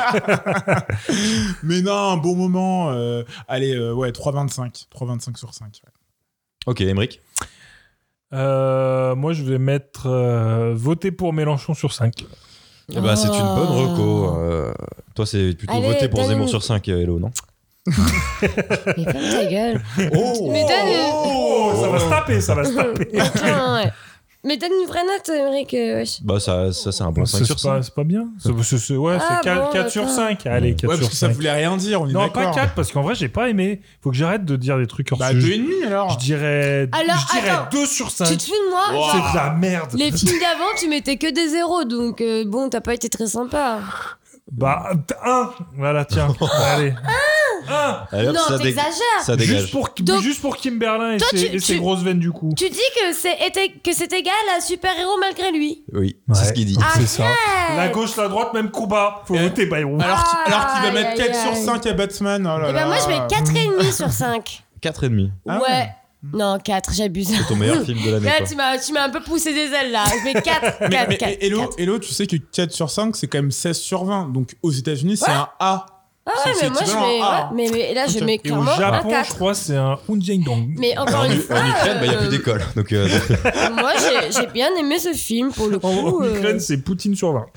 Mais non, un bon moment. euh, allez, euh, ouais, trois virgule vingt-cinq. trois virgule vingt-cinq sur cinq. ouais. Ok, Emmerich. Euh, moi, je vais mettre euh, voter pour Mélenchon sur cinq. Eh bah, c'est une bonne reco. Euh, toi, c'est plutôt Allez, voter pour donne Zemmour une- sur cinq, euh, Hello, non Mais ferme ta gueule. Oh Mais donne. Oh, ça va se taper, ça va se taper. Attends, ouais. Mais donne une vraie note, Emmerich. euh, wesh. Bah, ça, ça c'est un bon C'est cinq sur pas, cinq. c'est pas bien. C'est, c'est- c'est- ouais, Ah, c'est quatre, bon, quatre sur d'accord. cinq. Allez, quatre Ouais, sur parce que ça cinq. voulait rien dire, on est Non, d'accord. pas quatre, parce qu'en vrai, j'ai pas aimé. Faut que j'arrête de dire des trucs hors Bah, sujet. deux et demi alors. Je dirais, Alors, je dirais attends. deux sur cinq. Tu te fous de moi? C'est Genre, de la merde. les films d'avant, tu mettais que des zéros, donc euh, bon, t'as pas été très sympa. Bah, un. Voilà, tiens. Allez. Un. Allez, hop, Non, ça, dé- t'exagères. ça dégage. Juste pour, Donc- juste pour Kimberlin et, Toi, ses, tu- et ses tu- grosses veines du cou. Tu dis que c'est était- que c'est égal à super-héros malgré lui. Oui, Ouais. c'est ce qu'il dit. Ah, C'est ça. Arrête. La gauche, la droite, même combat. Faut Et- voter Bayrou. Alors, qu'il- alors qu'il va Aïe, mettre aïe, quatre sur aïe. cinq à Batman. Oh là Et ben là. moi, je mets quatre virgule cinq sur cinq. quatre et demi. Ah ouais. ouais. Non, quatre, j'abuse. C'est ton meilleur film de l'année. Là, quoi. tu m'as, tu m'as un peu poussé des ailes, là. Je mets quatre, Mais, quatre, mais quatre. Hello, quatre. Hello, tu sais que quatre sur cinq, c'est quand même seize sur vingt. Donc aux États-Unis, c'est Ouais. un A. Ah ouais, c'est mais moi, je équivalent mets... à A. ouais, mais, mais là, je Ok. mets Et au clairement un Japon, je quatre. crois, c'est un Unjingdong. Mais encore En, une en fois, Ukraine, bah, il n'y a plus euh, d'école. Donc, euh, moi, j'ai, j'ai bien aimé ce film, pour le coup. En euh, Ukraine, c'est Poutine sur vingt.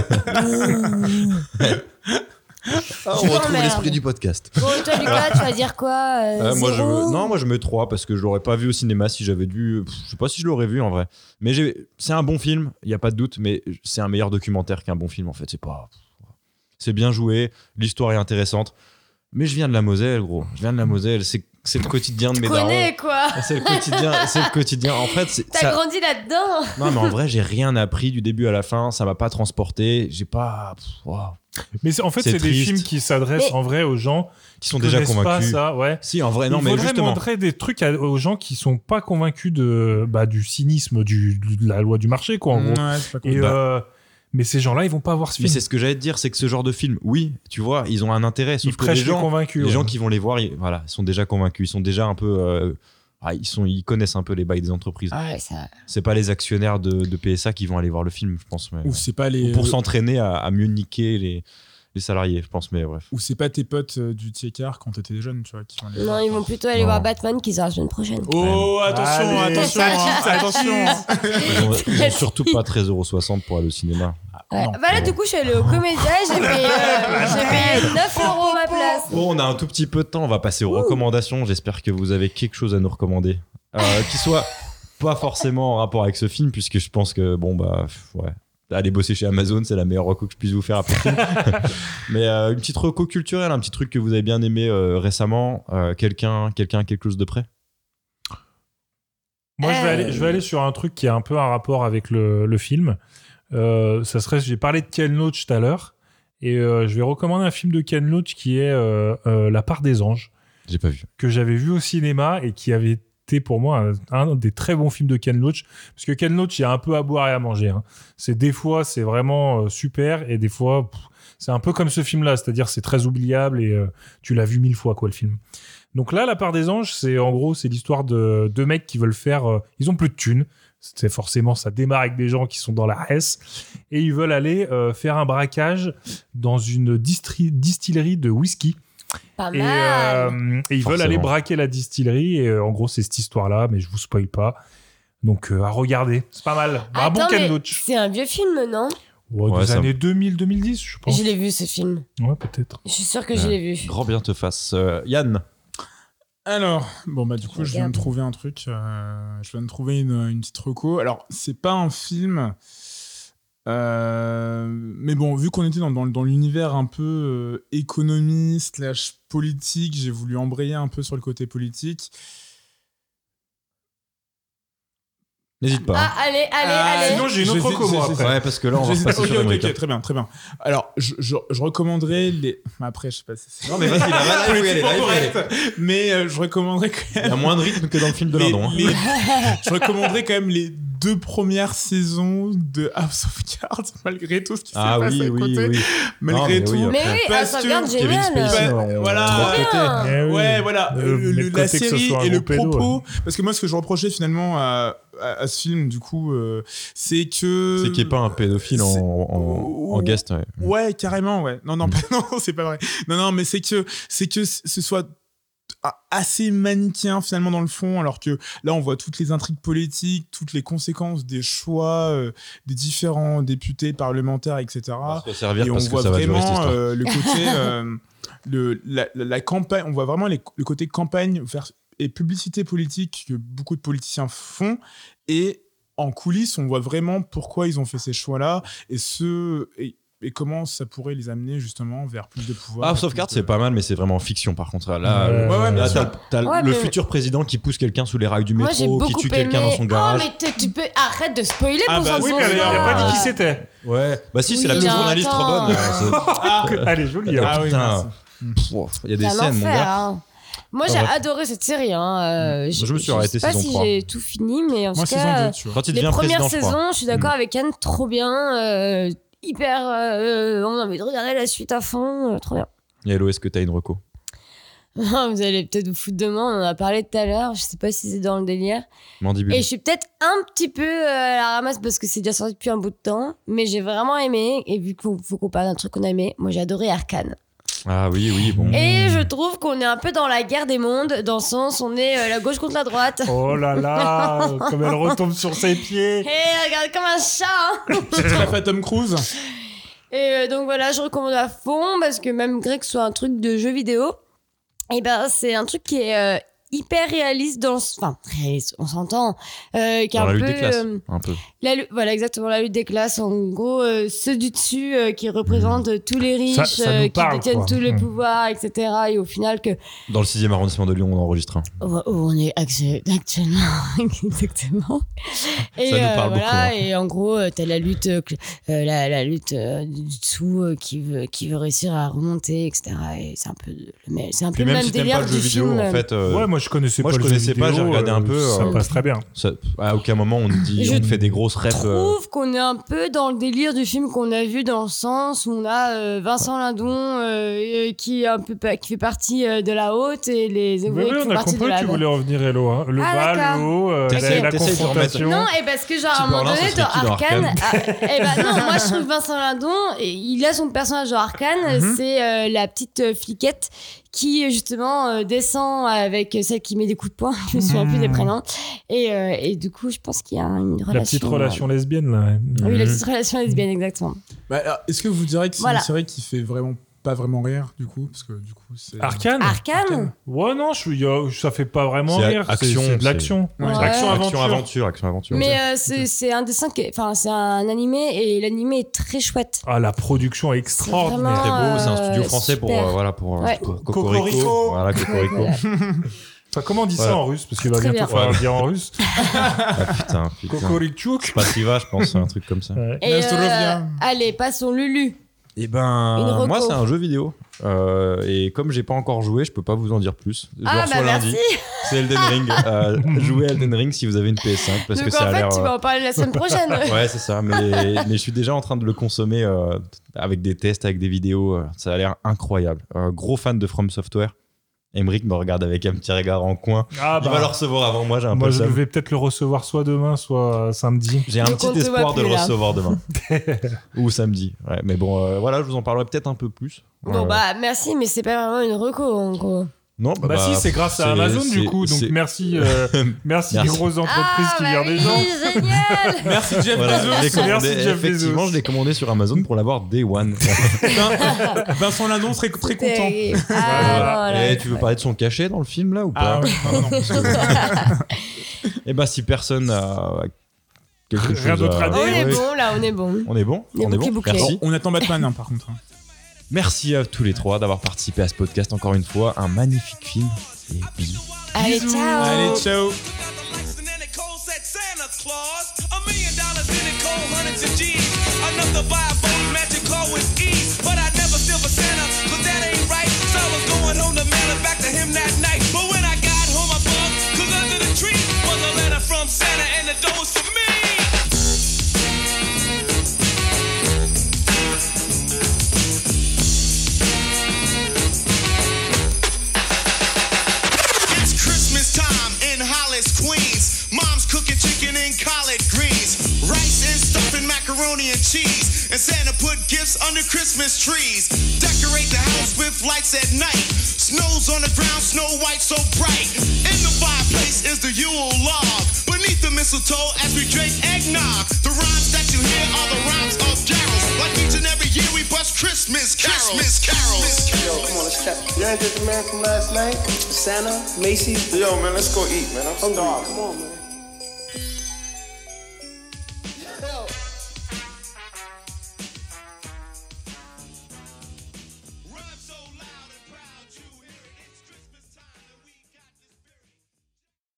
ah, Je on retrouve t'emmerde. l'esprit du podcast. Bon, toi, Lucas, tu vas dire quoi euh, Euh, moi, je zéro veux- non, moi je mets trois parce que je l'aurais pas vu au cinéma si j'avais dû. Pff, je sais pas si je l'aurais vu en vrai. Mais j'ai- c'est un bon film, il y a pas de doute, mais c'est un meilleur documentaire qu'un bon film en fait. C'est pas. C'est bien joué, l'histoire est intéressante. Mais je viens de la Moselle, gros. Je viens de la Moselle. C'est, c'est le quotidien de Tu mes darons. connais, quoi. C'est le quotidien. C'est le quotidien. En fait, c'est, T'as ça- grandi là-dedans. non, mais en vrai, j'ai rien appris du début à la fin. Ça m'a pas transporté. J'ai pas. Pff, wow. Mais c'est- en fait, C'est c'est, des triste. films qui s'adressent Mais- en vrai aux gens Qui sont qui déjà connaissent pas convaincus. ça, ouais. Si, en vrai, non, Il mais faudrait justement. montrer des trucs à- aux gens qui sont pas convaincus de, bah, du cynisme du, de la loi du marché, quoi, en gros. Ouais, c'est pas cool. Et, Bah. euh, mais ces gens-là, ils vont pas voir ce Mais film. c'est ce que j'allais te dire, c'est que ce genre de film, oui, tu vois, ils ont un intérêt. Sauf Ils que les prêchent les gens, convaincus. les ouais. gens qui vont les voir, ils, voilà, ils sont déjà convaincus, ils sont déjà un peu, euh, ah, ils sont, ils connaissent un peu les bails des entreprises. Ouais, ça. C'est pas les actionnaires de, de P S A qui vont aller voir le film, je pense. Mais, Ou c'est pas les. ou pour euh, s'entraîner à, à mieux niquer les, les salariés, je pense. Mais bref. Ou c'est pas tes potes euh, du Tiécar quand t'étais jeune, tu vois, qui vont aller Non, voir. ils vont plutôt aller Non. voir Batman qui sort la semaine prochaine. Oh, attention, Allez, attention, ça hein, tease, ça attention. Ils ont, ils ont surtout pas treize euros soixante pour aller au cinéma. Ouais. Non. Bah là, du coup, je suis allée au Comédia, j'ai payé, euh, j'ai payé neuf euros ma place. Bon, on a un tout petit peu de temps, on va passer aux recommandations. J'espère que vous avez quelque chose à nous recommander. Euh, qui soit pas forcément en rapport avec ce film, puisque je pense que, bon, bah, pff, ouais. Aller bosser chez Amazon, c'est la meilleure reco que je puisse vous faire après tout. Mais euh, une petite reco culturelle, un petit truc que vous avez bien aimé euh, récemment. Euh, quelqu'un, quelqu'un a quelque chose de près? Moi, je vais, Euh. aller, je vais aller sur un truc qui a un peu un rapport avec le, le film. Euh, ça serait, j'ai parlé de Ken Loach tout à l'heure, et euh, je vais recommander un film de Ken Loach qui est euh, euh, La part des anges, J'ai pas vu. Que j'avais vu au cinéma et qui avait été pour moi un, un des très bons films de Ken Loach. Parce que Ken Loach, il y a un peu à boire et à manger. Hein. C'est des fois, c'est vraiment euh, super et des fois, pff, c'est un peu comme ce film-là. C'est-à-dire, c'est très oubliable et euh, tu l'as vu mille fois, quoi, le film. Donc là, La part des anges, c'est en gros, c'est l'histoire de deux mecs qui veulent faire... Euh, ils ont plus de thunes. C'est forcément, ça démarre avec des gens qui sont dans la Hesse et ils veulent aller euh, faire un braquage dans une distri- distillerie de whisky. Pas Et, mal. euh, et ils Forcément. veulent aller braquer la distillerie et euh, en gros c'est cette histoire-là, mais je vous spoil pas. Donc euh, à regarder, c'est pas mal. Un bon Attends, Ken mais Loach. c'est un vieux film, non? Ouais, Ouais, des ça- années deux mille deux mille dix, je pense. Je l'ai vu, ce film. Ouais, peut-être. Je suis sûre que je l'ai vu. Grand bien te fasse. Euh, Yann. Alors, bon bah du coup, je viens de trouver un truc. euh, je viens de trouver une, une petite reco. Alors, c'est pas un film, euh, mais bon, vu qu'on était dans, dans, dans l'univers un peu euh, économie slash politique, j'ai voulu embrayer un peu sur le côté politique. N'hésite pas. Ah, allez, allez, Ah, allez. Sinon, j'ai une Je autre sais- reco, moi, je sais- après. Ouais, parce que là, on va Je sais- repasser ok, sur ok, l'Amérique. ok, très bien, très bien. Alors, je, je, je recommanderais les. Après, je sais pas si c'est. Non, mais vas-y, là, là, là, il faut y aller, là, il faut y aller. correct. Mais euh, je recommanderais quand Il même. y a moins de rythme que dans le film de les- Lindon. hein. les- je recommanderais quand même les deux premières saisons de House of Cards, malgré tout ce qui s'est Ah passé oui, à oui, côté. oui. Malgré Non, mais tout. oui, Mais après. oui, ah, Parce ça que regarde Kevin génial. Spacey, Bah, on- voilà. trop Trop traité. bien. Eh oui. Ouais, voilà, Euh, le- mais le- de la côté que ce série soit un et le gros pédo, propos. Parce que moi, ce que je reprochais finalement à, à, à ce film, du coup, euh, c'est que. C'est qu'il n'y ait pas un pédophile en, C'est- en, en guest. Ouais. Ouais, carrément, ouais. Non, non, non, c'est pas vrai. Non, non, mais c'est que, c'est que ce soit assez manichéen finalement dans le fond, alors que là on voit toutes les intrigues politiques, toutes les conséquences des choix euh, des différents députés, parlementaires, et cetera. On va se servir Et on parce que voit ça va durer cette vraiment histoire. euh, le côté euh, le, la, la, la campagne, on voit vraiment les, le côté campagne vers- et publicité politique que beaucoup de politiciens font, et en coulisses on voit vraiment pourquoi ils ont fait ces choix-là et ce et, et comment ça pourrait les amener justement vers plus de pouvoir. Ah, Sauvegarde, c'est pas mal, mais c'est vraiment fiction par contre. Là, Ouais, le- ouais, là, bien t'as, sûr. t'as Ouais, le mais- futur président qui pousse quelqu'un sous les rails du Moi, j'ai métro, qui beaucoup tue aimé. quelqu'un dans son garage. Oh, mais tu peux. Arrête de spoiler Ah, pour bah, ça. Oui, mais elle a elle a pas dit qui c'était. Ouais, bah si, c'est Oui, la petite mais journaliste trop attends. bonne. euh, c'est- Allez, joli. Ah, hein. Ah oui, putain. merci. Pff, Il y a des C'est un scènes, mon enfer, gars. hein. Moi, Ah, j'ai ouais. adoré cette série. Hein. Euh, Je me suis arrêté sais pas saison si trois. j'ai tout fini, mais en Moi, tout saison cas, deux, tu vois. Quand il les devient premières président, je crois. saisons, je suis d'accord Mm. avec Anne, trop bien. euh, hyper. euh, on a envie de regarder la suite à fond. euh, trop bien. Et Hello, est-ce que t'as une reco? Vous allez peut-être vous foutre de moi, on en a parlé tout à l'heure. Je sais pas si c'est dans le délire. Mandibule. Et je suis peut-être un petit peu euh, à la ramasse parce que c'est déjà sorti depuis un bout de temps. Mais j'ai vraiment aimé. Et vu qu'il faut qu'on parle d'un truc qu'on a aimé, moi j'ai adoré Arcane. Ah oui, oui, bon. Et je trouve qu'on est un peu dans la guerre des mondes, dans le sens on est euh, la gauche contre la droite. Oh là là, comme elle retombe sur ses pieds. Et regarde comme un chat. Hein. C'est très fait Tom Cruise. Et euh, donc voilà, je recommande à fond parce que même gré que ce soit un truc de jeu vidéo, et ben c'est un truc qui est euh, hyper réaliste dans le... Enfin, réaliste, on s'entend. Euh, qui est Dans un la lutte peu, des classes, euh, un peu. La lu- voilà, exactement, la lutte des classes. En gros, euh, ceux du dessus euh, qui représentent euh, tous les riches, Ça- ça nous euh, qui parle, détiennent quoi. tous les Mm. pouvoirs, et cetera. Et au final, que Dans le sixième arrondissement de Lyon, on enregistre un. où, où on est actu- actuellement, exactement. Et Ça nous euh, parle voilà, beaucoup, hein. et en gros, euh, t'as la lutte, euh, cl- euh, la, la lutte euh, du dessous euh, qui veut, qui veut réussir à remonter, et cetera. Et c'est un peu, le, mais c'est un peu Puis le même même si t'aimes délire pas le du jeu vidéo, film. en fait. euh, Ouais, moi je connaissais moi, pas je le jeu connaissais pas, j'ai vidéo, regardé un euh, peu, Ça euh, passe très bien. ça- à aucun moment on te dit, Je on te fait des grosses Je refs. euh, trouve qu'on est un peu dans le délire du film qu'on a vu, dans le sens où on a euh, Vincent Lindon euh, qui est un peu pa- qui fait partie euh, de la haute et les Oui, ouvriers oui, qui on font a partie de compris la que tu voulais revenir, Hello. Hein. Le Ah, bas, d'accord. le haut, euh, la, T'essayes- la t'essayes de remettre- confrontation. Non, et parce que genre à Petit un moment Berlin, donné ce serait dans qui dans Arcane, Arcane ah, eh ben non, moi je trouve Vincent Lindon, et il a son personnage dans Arcane, Mhm. c'est euh, la petite euh, fliquette qui justement euh, descend avec celle qui met des coups de poing, je me souviens plus des prénoms, et, euh, et du coup je pense qu'il y a une relation. La petite relation lesbienne, là. euh, Oui, la Mhm. petite relation lesbienne, exactement. Bah, alors, est-ce que vous direz que c'est Voilà. une série qui fait vraiment pas vraiment rire du coup, parce que du coup c'est Arcane Arcane Ouais, non, je, y a- ça fait pas vraiment C'est rire. action, c'est, c'est de c'est- l'action. Ouais. C'est Ouais. action-aventure. Action aventure, action aventure. Mais euh, c'est c'est un dessin qui est... Enfin, c'est un animé, et l'animé est très chouette. Ah, la production est extraordinaire. Très beau, c'est un euh, studio français pour, super. euh, voilà, pour, euh, Ouais. pour Cocorico. Cocorico. Voilà, Cocorico. Enfin, comment on dit Voilà. ça en russe? Parce qu'il va Très bientôt bien. falloir Ouais. le dire en russe. Ah, putain, putain. Cocorichouk. Pasiva, je pense, un truc comme ça. Ouais. Et Nasturovia. euh, allez, passons Lulu. Eh ben, Une reco. moi, c'est un jeu vidéo. Euh, et comme j'ai pas encore joué, je peux pas vous en dire plus. Je Ah, le reçois bah lundi. merci. C'est Elden Ring. Euh, jouez à Elden Ring si vous avez une P S cinq. Parce Donc que ça en a fait, l'air. tu euh, vas en parler la semaine prochaine. Ouais, c'est ça. Mais, mais je suis déjà en train de le consommer euh, avec des tests, avec des vidéos. euh, Ça a l'air incroyable. Euh, gros fan de From Software. Emmerich me regarde avec un petit regard en coin. Ah Il bah. va le recevoir avant moi, j'ai un Moi, peu je ça. vais peut-être le recevoir soit demain, soit samedi. J'ai un Donc, petit on te espoir voit de plus, le là. recevoir demain. Ou samedi. Ouais, mais bon, euh, voilà, je vous en parlerai peut-être un peu plus. Bon Euh, bah merci, mais c'est pas vraiment une reco en gros. Non, Bah, si, c'est grâce à c'est- Amazon du c'est- coup. Donc c'est- merci, euh, merci, Merci. les grosses entreprises Ah, qui bah gèrent des oui, gens. génial. Merci Jeff Voilà, je l'ai Bezos. commandé- Merci, Jeff effectivement, Bezos. je l'ai commandé sur Amazon pour l'avoir Day One. Vin- Vincent Lindon serait très content. Terrible. Ah, voilà. Et tu veux parler de son cachet dans le film là ou pas Ah ouais, non, non, parce que- Eh ben si personne a quelque Rien chose d'autre à à dire. On est Ouais. bon là, on est bon. On est bon On est On est bouclé, bon bouclé. Merci. On attend Batman hein, par contre. Merci à tous les trois d'avoir participé à ce podcast encore une fois. Un magnifique film. Et bisous. Allez, ciao. Allez, ciao. Enough to buy a phony magic car with ease, but I never feel for Santa, cause that ain't right. So I was going home to mail it back to him that night. But when I got home, I bugged, cause under the tree was a letter from Santa, and the door was for me. It's Christmas time in Hollis, Queens. Mom's cooking chicken and collard greens, rice and stuffing, macaroni and cheese, and Santa put gifts under Christmas trees. Decorate the house with lights at night. Snow's on the ground, snow white so bright. In the fireplace is the Yule log. Beneath the mistletoe as we drink eggnog. The rhymes that you hear are the rhymes of carols. Like each and every year we bust Christmas carols. Christmas carols. Yo, come on, let's check. You ain't get the man from last night? Santa, Macy's? Yo, man, let's go eat, man. I'm starving. Come on, man.